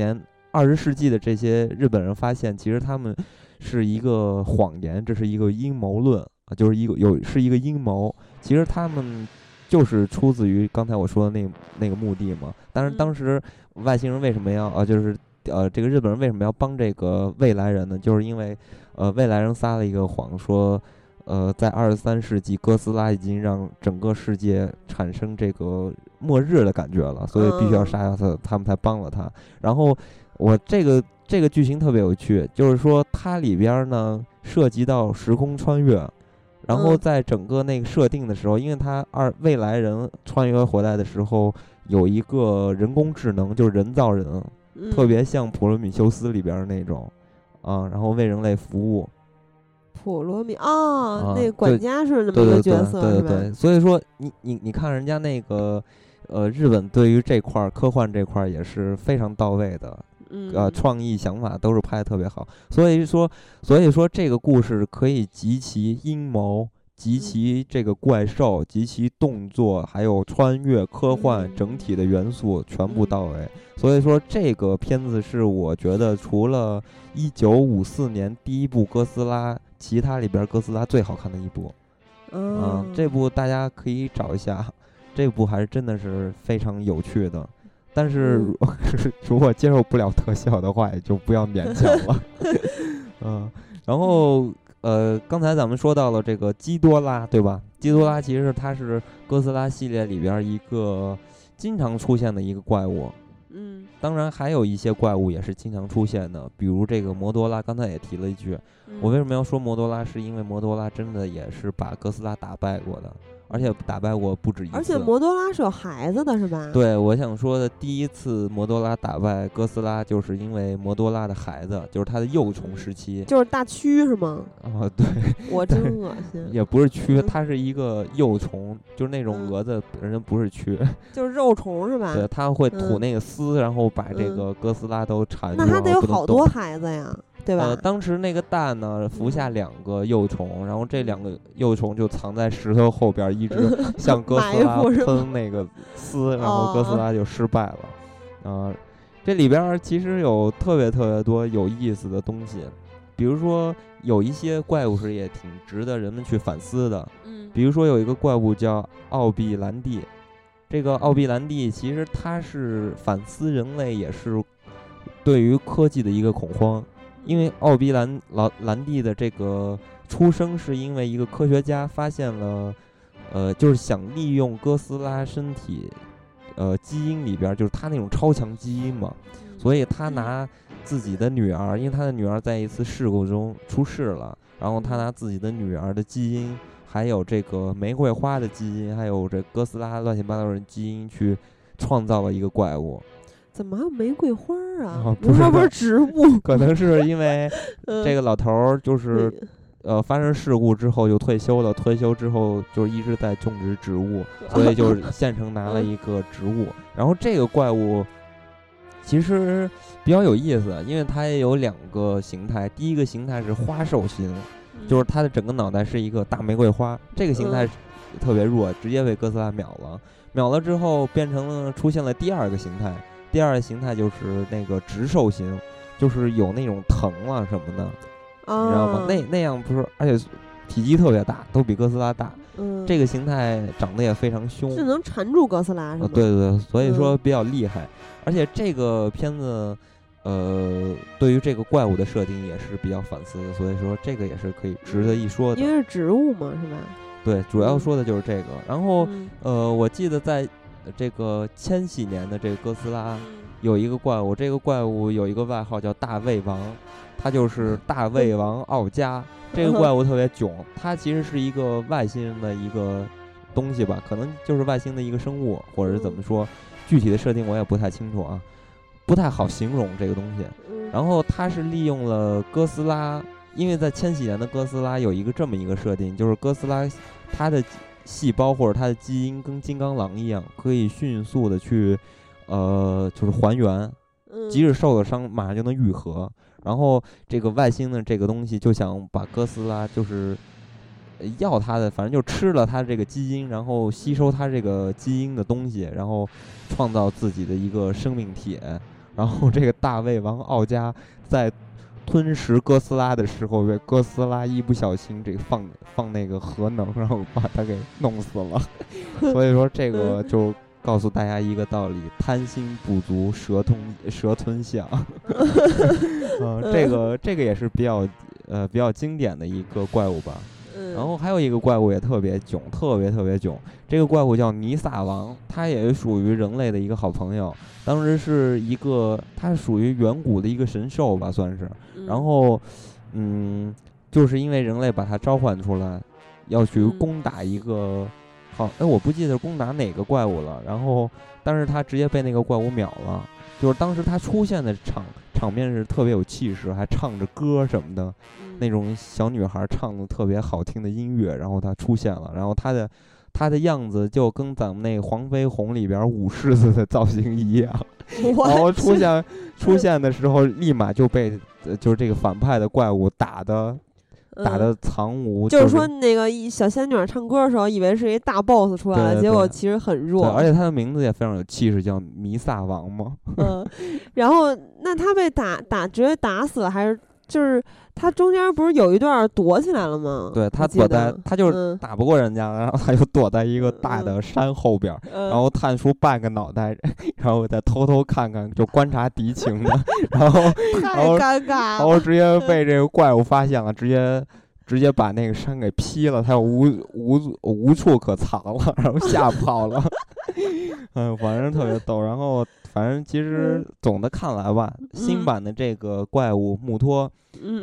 20世纪的这些日本人发现，其实他们是一个谎言，这是一个阴谋论啊，就是是一个阴谋。其实他们就是出自于刚才我说的那个目的嘛。但是当时外星人为什么要就是这个日本人为什么要帮这个未来人呢？就是因为未来人撒了一个谎，说在23世纪哥斯拉已经让整个世界产生这个末日的感觉了，所以必须要杀掉他们才帮了他。然后我这个剧情特别有趣，就是说它里边呢涉及到时空穿越，然后在整个那个设定的时候，因为他未来人穿越回来的时候有一个人工智能，就是人造人，特别像普罗米修斯里边那种啊，然后为人类服务。 普罗米那个管家是那么一个角色， 对，所以说你看人家那个日本对于这块科幻这块也是非常到位的，创意想法都是拍得特别好。所以说这个故事可以集其阴谋，集其这个怪兽，集其动作，还有穿越科幻整体的元素全部到位。所以说这个片子是我觉得除了1954年第一部哥斯拉，其他里边哥斯拉最好看的一部。这部大家可以找一下，这部还是真的是非常有趣的。但是如果接受不了特效的话，也就不要勉强了。然后刚才咱们说到了这个基多拉，对吧？基多拉其实它是哥斯拉系列里边一个经常出现的一个怪物。当然还有一些怪物也是经常出现的，比如这个摩多拉，刚才也提了一句。我为什么要说摩多拉，是因为摩多拉真的也是把哥斯拉打败过的，而且打败过不止一次。 而且摩多拉是有孩子的，是吧？ 对，我想说的第一次摩多拉打败哥斯拉，就是因为摩多拉的孩子，就是他的幼虫时期， 就是大蛆是吗？ 对， 我真恶心。 也不是蛆，它是一个幼虫，就是那种蛾子本身不是蛆， 就是肉虫是吧？ 对，它会吐那个丝，然后把这个哥斯拉都缠住。 那它得有好多孩子呀。对吧？ 当时那个蛋呢，孵下2个幼虫，然后这2个幼虫就藏在石头后边，一直向哥斯拉喷那个丝，然后哥斯拉就失败了。这里边其实有特别多有意思的东西，比如说有一些怪物是也挺值得人们去反思的。比如说有一个怪物叫奥毕兰蒂，这个奥毕兰蒂其实它是反思人类，也是对于科技的一个恐慌。因为奥毕兰蒂的这个出生是因为一个科学家发现了，就是想利用哥斯拉身体，基因里边就是他那种超强基因嘛，所以他拿自己的女儿，因为他的女儿在一次事故中出事了，然后他拿自己的女儿的基因，还有这个玫瑰花的基因，还有这哥斯拉乱七八糟的基因去创造了一个怪物。 怎么还有玫瑰花啊？ 不是植物， 可能是因为这个老头儿就是发生事故之后就退休了，退休之后就是一直在种植植物，所以就是现成拿了一个植物。然后这个怪物其实比较有意思，因为它也有2个形态。第一个形态是花兽型，就是它的整个脑袋是一个大玫瑰花，这个形态特别弱，直接被哥斯拉秒了之后出现了第2个形态。第2个形态就是那个直兽型，就是有那种藤啊什么的，你知道吗？那样不是，而且体积特别大，都比哥斯拉大。这个形态长得也非常凶， 是能缠住哥斯拉是吗？ 对，所以说比较厉害。而且这个片子，对于这个怪物的设定也是比较反思的，所以说这个也是可以值得一说的。 因为是植物嘛，是吧？ 对，主要说的就是这个。然后，我记得在这个千禧年的这个哥斯拉有一个怪物，这个怪物有一个外号叫大胃王，它就是大胃王奥加。这个怪物特别囧，它其实是一个外星人的一个东西吧，可能就是外星的一个生物，或者是怎么说，具体的设定我也不太清楚啊，不太好形容这个东西。然后它是利用了哥斯拉，因为在千禧年的哥斯拉有一个这么一个设定，就是哥斯拉它的细胞或者它的基因跟金刚狼一样，可以迅速的去就是还原，即使受了伤马上就能愈合。然后这个外星的这个东西就想把哥斯拉就是要它的，反正就吃了它这个基因，然后吸收它这个基因的东西，然后创造自己的一个生命体。 然后这个大胃王奥加在吞食哥斯拉的时候，被哥斯拉一不小心这个放那个核能，然后把他给弄死了。所以说这个就告诉大家一个道理：贪心不足蛇吞象。这个也是比较经典的一个怪物吧。然后还有一个怪物也特别囧，特别囧。这个怪物叫弥撒王，它也属于人类的一个好朋友。当时是它是属于远古的一个神兽吧，算是。然后，就是因为人类把它召唤出来，要去攻打一个，我不记得攻打哪个怪物了。然后，但是他直接被那个怪物秒了。就是当时他出现的场面是特别有气势，还唱着歌什么的，那种小女孩唱的特别好听的音乐，然后他出现了，然后他的样子就跟咱们那个黄飞鸿里边舞狮子的造型一样，然后出现的时候立马就被就是这个反派的怪物打的藏无， 就是说那个小仙女唱歌的时候，以为是一大 boss 出来了，结果其实很弱。 而且他的名字也非常有气势，叫弥撒王嘛。 然后那他被直接打死了，还是就是他中间不是有一段躲起来了吗？ 对，他就是打不过人家，然后他就躲在一个大的山后边，然后探出半个脑袋，然后再偷偷看看，就观察敌情的，然后太尴尬了， 然后直接被这个怪物发现了，直接把那个山给劈了，他无处可藏了，然后吓跑了。反正特别逗。然后反正其实总的看来吧，新版的这个怪物穆托，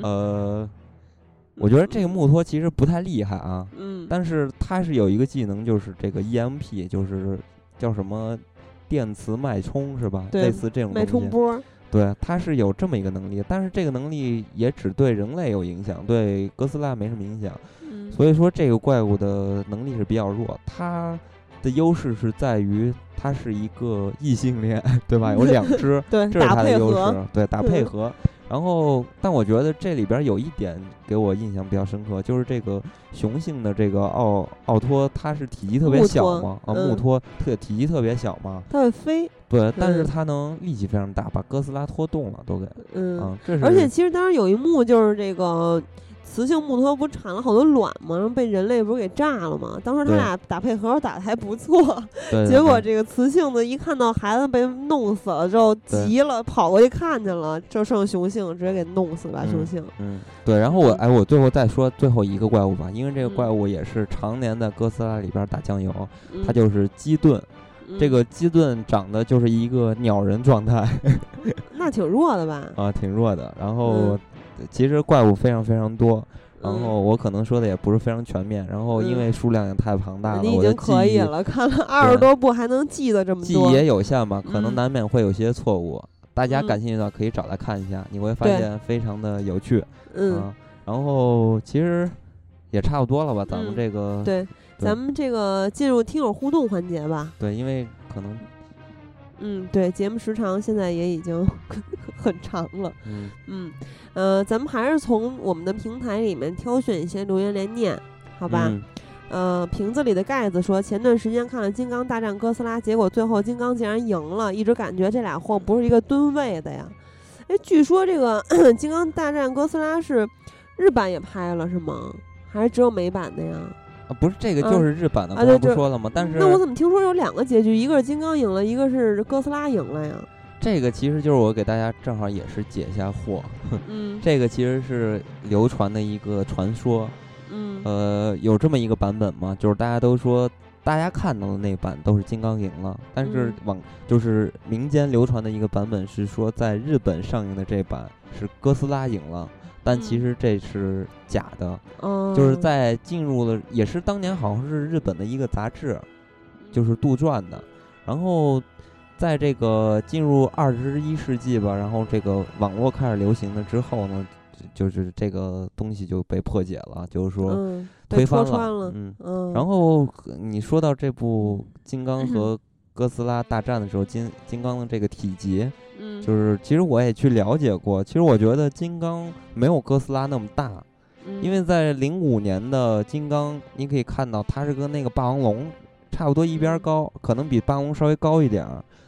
我觉得这个穆托其实不太厉害啊，但是他是有一个技能，就是这个 EMP， 就是叫什么电磁脉冲是吧？类似这种脉冲波。 对，它是有这么一个能力，但是这个能力也只对人类有影响，对哥斯拉没什么影响。所以说这个怪物的能力是比较弱，它的优势是在于它是一个异性恋，对吧？有两只， 对， 这是它的优势，对，打配合。然后，但我觉得这里边有一点给我印象比较深刻，就是这个雄性的这个奥托，它是体积特别小嘛，穆托体积特别小嘛， 它会飞， 对，但是它能力气非常大，把哥斯拉拖动了都给，这是。 而且其实当时有一幕就是这个雌性穆托不产了好多卵吗？然后被人类不是给炸了吗？当时他俩打配合打得还不错，结果这个雌性的一看到孩子被弄死了之后急了，跑过去看见了，就剩雄性直接给弄死吧，雄性。 对。然后我最后再说最后一个怪物吧，因为这个怪物也是常年在哥斯拉里边打酱油，它就是基顿。这个基顿长得就是一个鸟人状态， 那挺弱的吧？ 挺弱的。然后其实怪物非常非常多，然后我可能说的也不是非常全面，然后因为数量也太庞大了， 你已经可以了，看了20多部还能记得这么多， 记忆也有限嘛，可能难免会有些错误。大家感兴趣的可以找来看一下，你会发现非常的有趣。然后其实也差不多了吧，咱们这个对。咱们这个进入听友互动环节吧。 对，因为可能， 对，节目时长现在也已经很长了。咱们还是从我们的平台里面挑选一些留言来念，好吧？瓶子里的盖子说，前段时间看了《金刚大战哥斯拉》，结果最后金刚竟然赢了，一直感觉这俩货不是一个吨位的呀。据说这个《金刚大战哥斯拉》是日版也拍了是吗？还是只有美版的呀？ 不是这个就是日版的，刚才不说了吗？但是那我怎么听说有2个结局，一个是金刚赢了，一个是哥斯拉赢了呀？ 这个其实就是我给大家正好也是解一下惑。这个其实是流传的一个传说。有这么一个版本嘛，就是大家都说大家看到的那版都是金刚赢了，但是就是民间流传的一个版本是说在日本上映的这版是哥斯拉赢了。但其实这是假的，就是在进入了，也是当年好像是日本的一个杂志，就是杜撰的。然后在这个进入21世纪吧，然后这个网络开始流行了之后呢，就是这个东西就被破解了，就是说推翻了。然后你说到这部金刚和哥斯拉大战的时候，金刚的这个体积。就是其实我也去了解过，其实我觉得金刚没有哥斯拉那么大，因为在05年的金刚，你可以看到它是跟那个霸王龙差不多一边高，可能比霸王龙稍微高一点，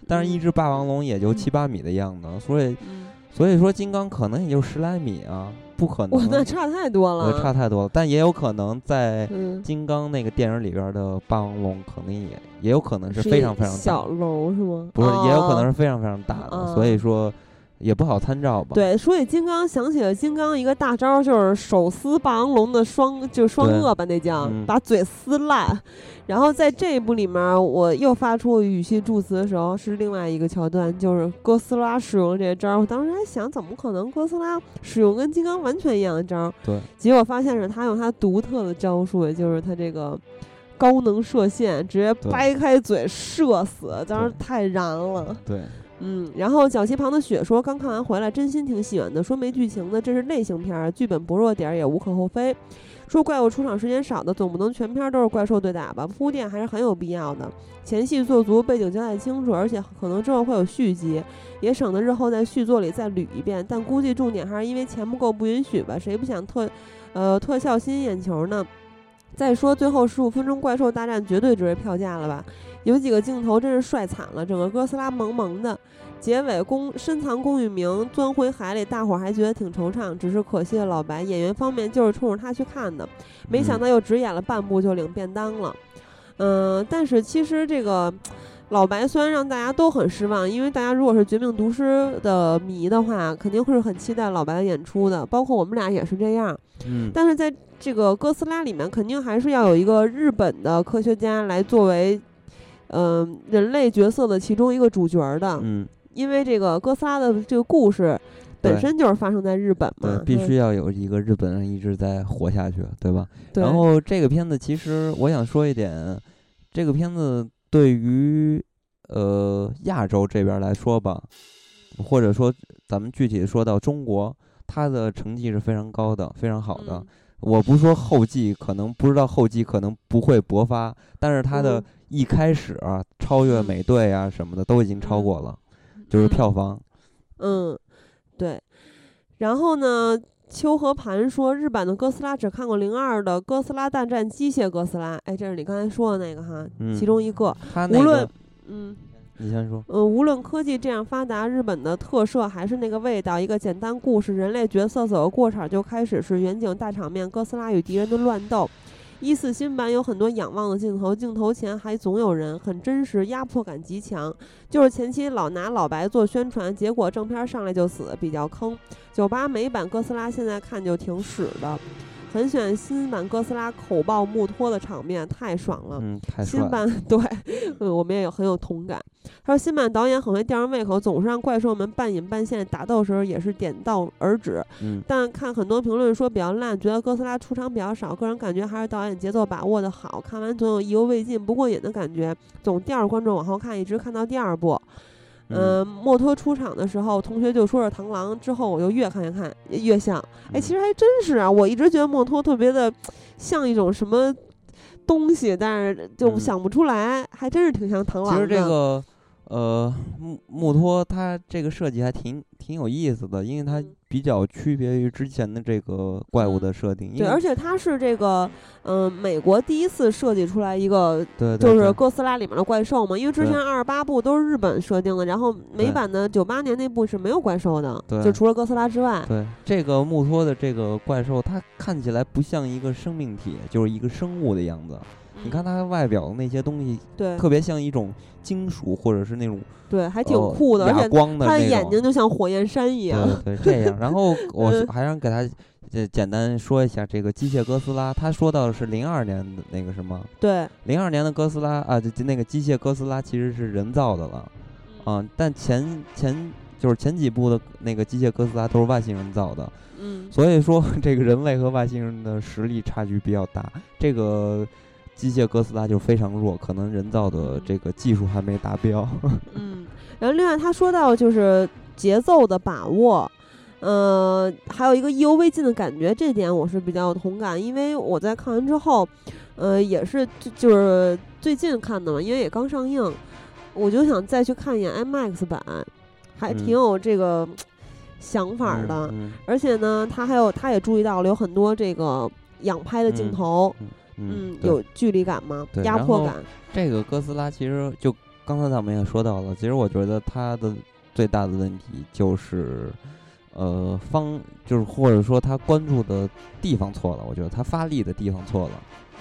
但是一只霸王龙也就7-8米的样子，所以说金刚可能也就10来米啊，不可能。 那差太多了， 差太多了。但也有可能在金刚那个电影里边的霸王龙，可能也有可能是非常非常大小龙是吗？ 不是，也有可能是非常非常大的，所以说。也不好参照吧。 对，说起金刚，想起了金刚一个大招，就是手撕霸王龙的双颚吧，那叫把嘴撕烂。然后在这一部里面，我又发出语气助词的时候，是另外一个桥段，就是哥斯拉使用这招。我当时还想，怎么可能哥斯拉使用跟金刚完全一样的招？ 对， 结果发现是他用他独特的招数，也就是他这个高能射线，直接掰开嘴射死，当时太燃了。 对。 然后脚旗旁的雪说刚看完回来真心挺喜欢的，说没剧情的这是类型片，剧本薄弱点也无可厚非，说怪物出场时间少的总不能全片都是怪兽对打吧，铺垫还是很有必要的，前戏做足，背景交代清楚，而且可能之后会有续集，也省得日后在续作里再捋一遍，但估计重点还是因为钱不够不允许吧，谁不想特效吸引眼球呢？再说最后15分钟怪兽大战绝对值回票价了吧，有几个镜头真是帅惨了，整个哥斯拉萌萌的，结尾深藏功与名钻回海里，大伙还觉得挺惆怅，只是可惜了老白，演员方面就是冲着他去看的，没想到又只演了半部就领便当了。但是其实这个老白虽然让大家都很失望，因为大家如果是绝命毒师的迷的话，肯定会是很期待老白的演出的，包括我们俩也是这样。但是在这个哥斯拉里面，肯定还是要有一个日本的科学家来作为人类角色的其中一个主角的。因为这个哥斯拉的这个故事本身就是发生在日本嘛， 对，必须要有一个日本人一直在活下去，对吧？ 对。 然后这个片子其实我想说一点，这个片子对于亚洲这边来说吧，或者说咱们具体说到中国，它的成绩是非常高的，非常好的。我不说后继，可能不知道后继可能不会勃发，但是它的一开始超越美队啊什么的都已经超过了，就是票房。 对。然后呢，秋和盘说日版的哥斯拉只看过02的哥斯拉大战机械哥斯拉，哎，这是你刚才说的那个哈，其中一个。无论你先说。 无论科技这样发达，日本的特摄还是那个味道，一个简单故事，人类角色走个过场就开始是远景大场面，哥斯拉与敌人的乱斗。14新版有很多仰望的镜头，镜头前还总有人，很真实，压迫感极强。就是前期老拿老白做宣传，结果正片上来就死，比较坑。98美版哥斯拉现在看就挺屎的。很喜欢新版哥斯拉口爆木托的场面，太爽了。 太帅了。 新版对，我们也很有同感。他说新版导演很会吊人胃口，总是让怪兽们半隐半现，打斗时候也是点到而止。但看很多评论说比较烂，觉得哥斯拉出场比较少，个人感觉还是导演节奏把握的好，看完总有意犹未尽不过瘾的感觉，总吊着观众往后看，一直看到第2部。墨脱出场的时候，同学就说是螳螂，之后我就越看越像。哎，其实还真是啊，我一直觉得墨脱特别的像一种什么东西，但是就想不出来，还真是挺像螳螂的。 其实这个木托它这个设计还挺有意思的，因为它比较区别于之前的这个怪物的设定。 对，而且它是这个美国第一次设计出来一个， 对， 就是哥斯拉里面的怪兽嘛。因为之前28部都是日本设定的，然后美版的98年那部是没有怪兽的，就除了哥斯拉之外。 对，这个木托的这个怪兽，它看起来不像一个生命体，就是一个生物的样子。你看它外表的那些东西， 对， 特别像一种金属或者是那种， 对，还挺酷的，而且它的眼睛就像火焰山一样。 对，这样。然后我还想给他简单说一下这个机械哥斯拉，他说到的是02年的那个什么？ 对 ，02年的哥斯拉啊，就那个机械哥斯拉其实是人造的了，但前几部的那个机械哥斯拉都是外星人造的，所以说这个人类和外星人的实力差距比较大，这个机械哥斯拉就非常弱，可能人造的这个技术还没达标。 然后另外他说到就是节奏的把握，还有一个意犹未尽的感觉，这点我是比较有同感，因为我在看完之后，也是就是最近看的嘛，因为也刚上映，我就想再去看一眼 IMAX 版，还挺有这个想法的。而且呢，他也注意到了有很多这个仰拍的镜头。有距离感吗？压迫感。 这个哥斯拉其实就刚才咱们也说到了，其实我觉得他的最大的问题就是，就是或者说他关注的地方错了，我觉得他发力的地方错了。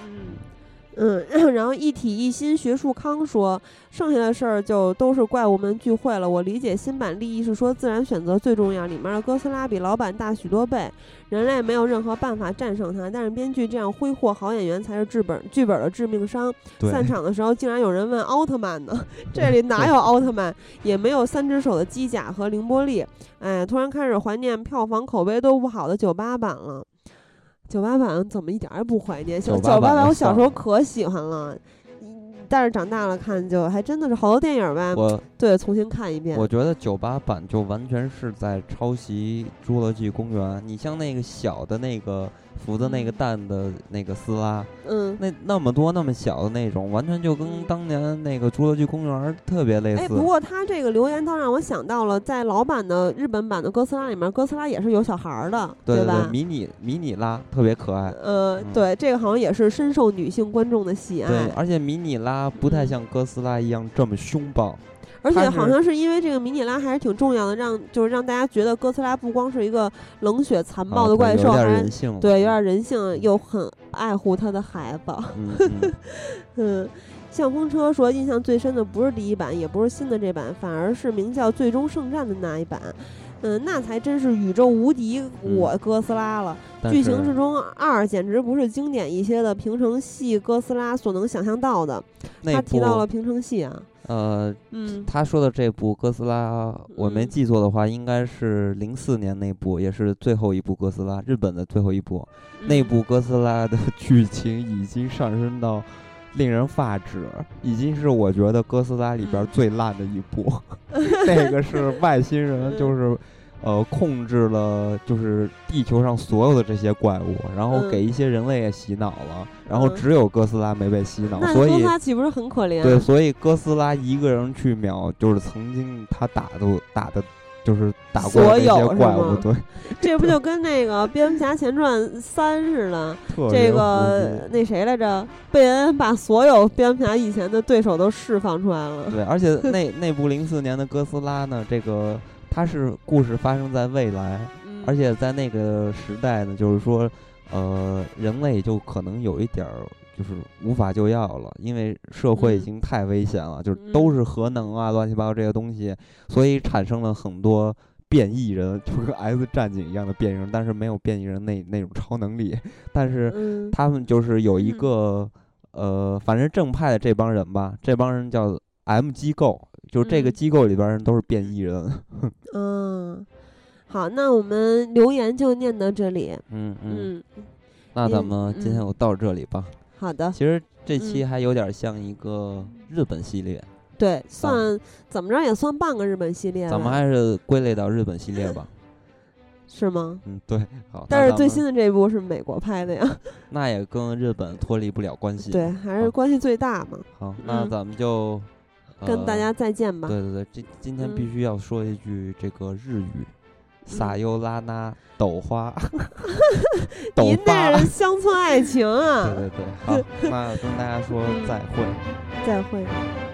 然后一体一心学术康说，剩下的事儿就都是怪物们聚会了。我理解新版利益是说自然选择最重要，里面的哥斯拉比老版大许多倍，人类没有任何办法战胜它，但是编剧这样挥霍好演员才是剧本的致命伤。散场的时候竟然有人问奥特曼呢，这里哪有奥特曼，也没有三只手的机甲和凌波丽。哎，突然开始怀念票房口碑都不好的98版了。98版怎么一点也不怀念？98版我小时候可喜欢了，但是长大了看就还真的是好多电影吧。对，重新看一遍。 我觉得98版就完全是在抄袭《侏罗纪公园》。你像那个小的那个扶的那个蛋的那个斯拉，那么多那么小的那种，完全就跟当年那个《侏罗纪公园》特别类似。 不过他这个留言倒让我想到了，在老版的日本版的哥斯拉里面，哥斯拉也是有小孩的， 对吧？ 迷你拉特别可爱。 对，这个好像也是深受女性观众的喜爱。 对，而且迷你拉不太像哥斯拉一样这么凶暴。 而且好像是因为这个迷你拉还是挺重要的，让大家觉得哥斯拉不光是一个冷血残暴的怪兽， 有点人性， 对，有点人性，又很爱护他的孩子。向风车说，印象最深的不是第1版，也不是新的这版，反而是名叫《最终圣战》的那一版。那才真是宇宙无敌我哥斯拉了。剧情之中2简直不是经典一些的平成系哥斯拉所能想象到的。他提到了平成系啊。 他说的这部哥斯拉，我没记错的话，应该是04年那部，也是最后一部哥斯拉，日本的最后一部。那部哥斯拉的剧情已经上升到令人发指，已经是我觉得哥斯拉里边最烂的一部。那个是外星人，就是控制了就是地球上所有的这些怪物，然后给一些人类也洗脑了，然后只有哥斯拉没被洗脑，所以哥斯拉岂不是很可怜？ 对，所以哥斯拉一个人去秒，就是曾经他打的。就是打过那些怪物，对， 这不就跟那个《蝙蝠侠前传3》似的？这个那谁来着？贝恩把所有蝙蝠侠以前的对手都释放出来了。 对，而且那部04年的哥斯拉呢，这个它是故事发生在未来，而且在那个时代呢，就是说，人类就可能有一点就是无法救药了，因为社会已经太危险了，就是都是核能啊，乱七八糟这些东西，所以产生了很多变异人，就跟 X 战警一样的变异人，但是没有变异人那种超能力，但是他们就是有一个反正正派的这帮人吧，这帮人叫 M 机构，就是这个机构里边人都是变异人。 好，那我们留言就念到这里。 那咱们今天就到这里吧。 好的， 其实这期还有点像一个日本系列， 对，算怎么着也算半个日本系列。 咱们还是归类到日本系列吧， 是吗？ 对，好。 但是最新的这一部是美国拍的呀， 那也跟日本脱离不了关系， 对，还是关系最大嘛。 好，那咱们就跟大家再见吧。 对，今天必须要说一句这个日语。撒尤拉拉豆花， 您那是乡村爱情啊！ 对，好，那跟大家说再会， 再会。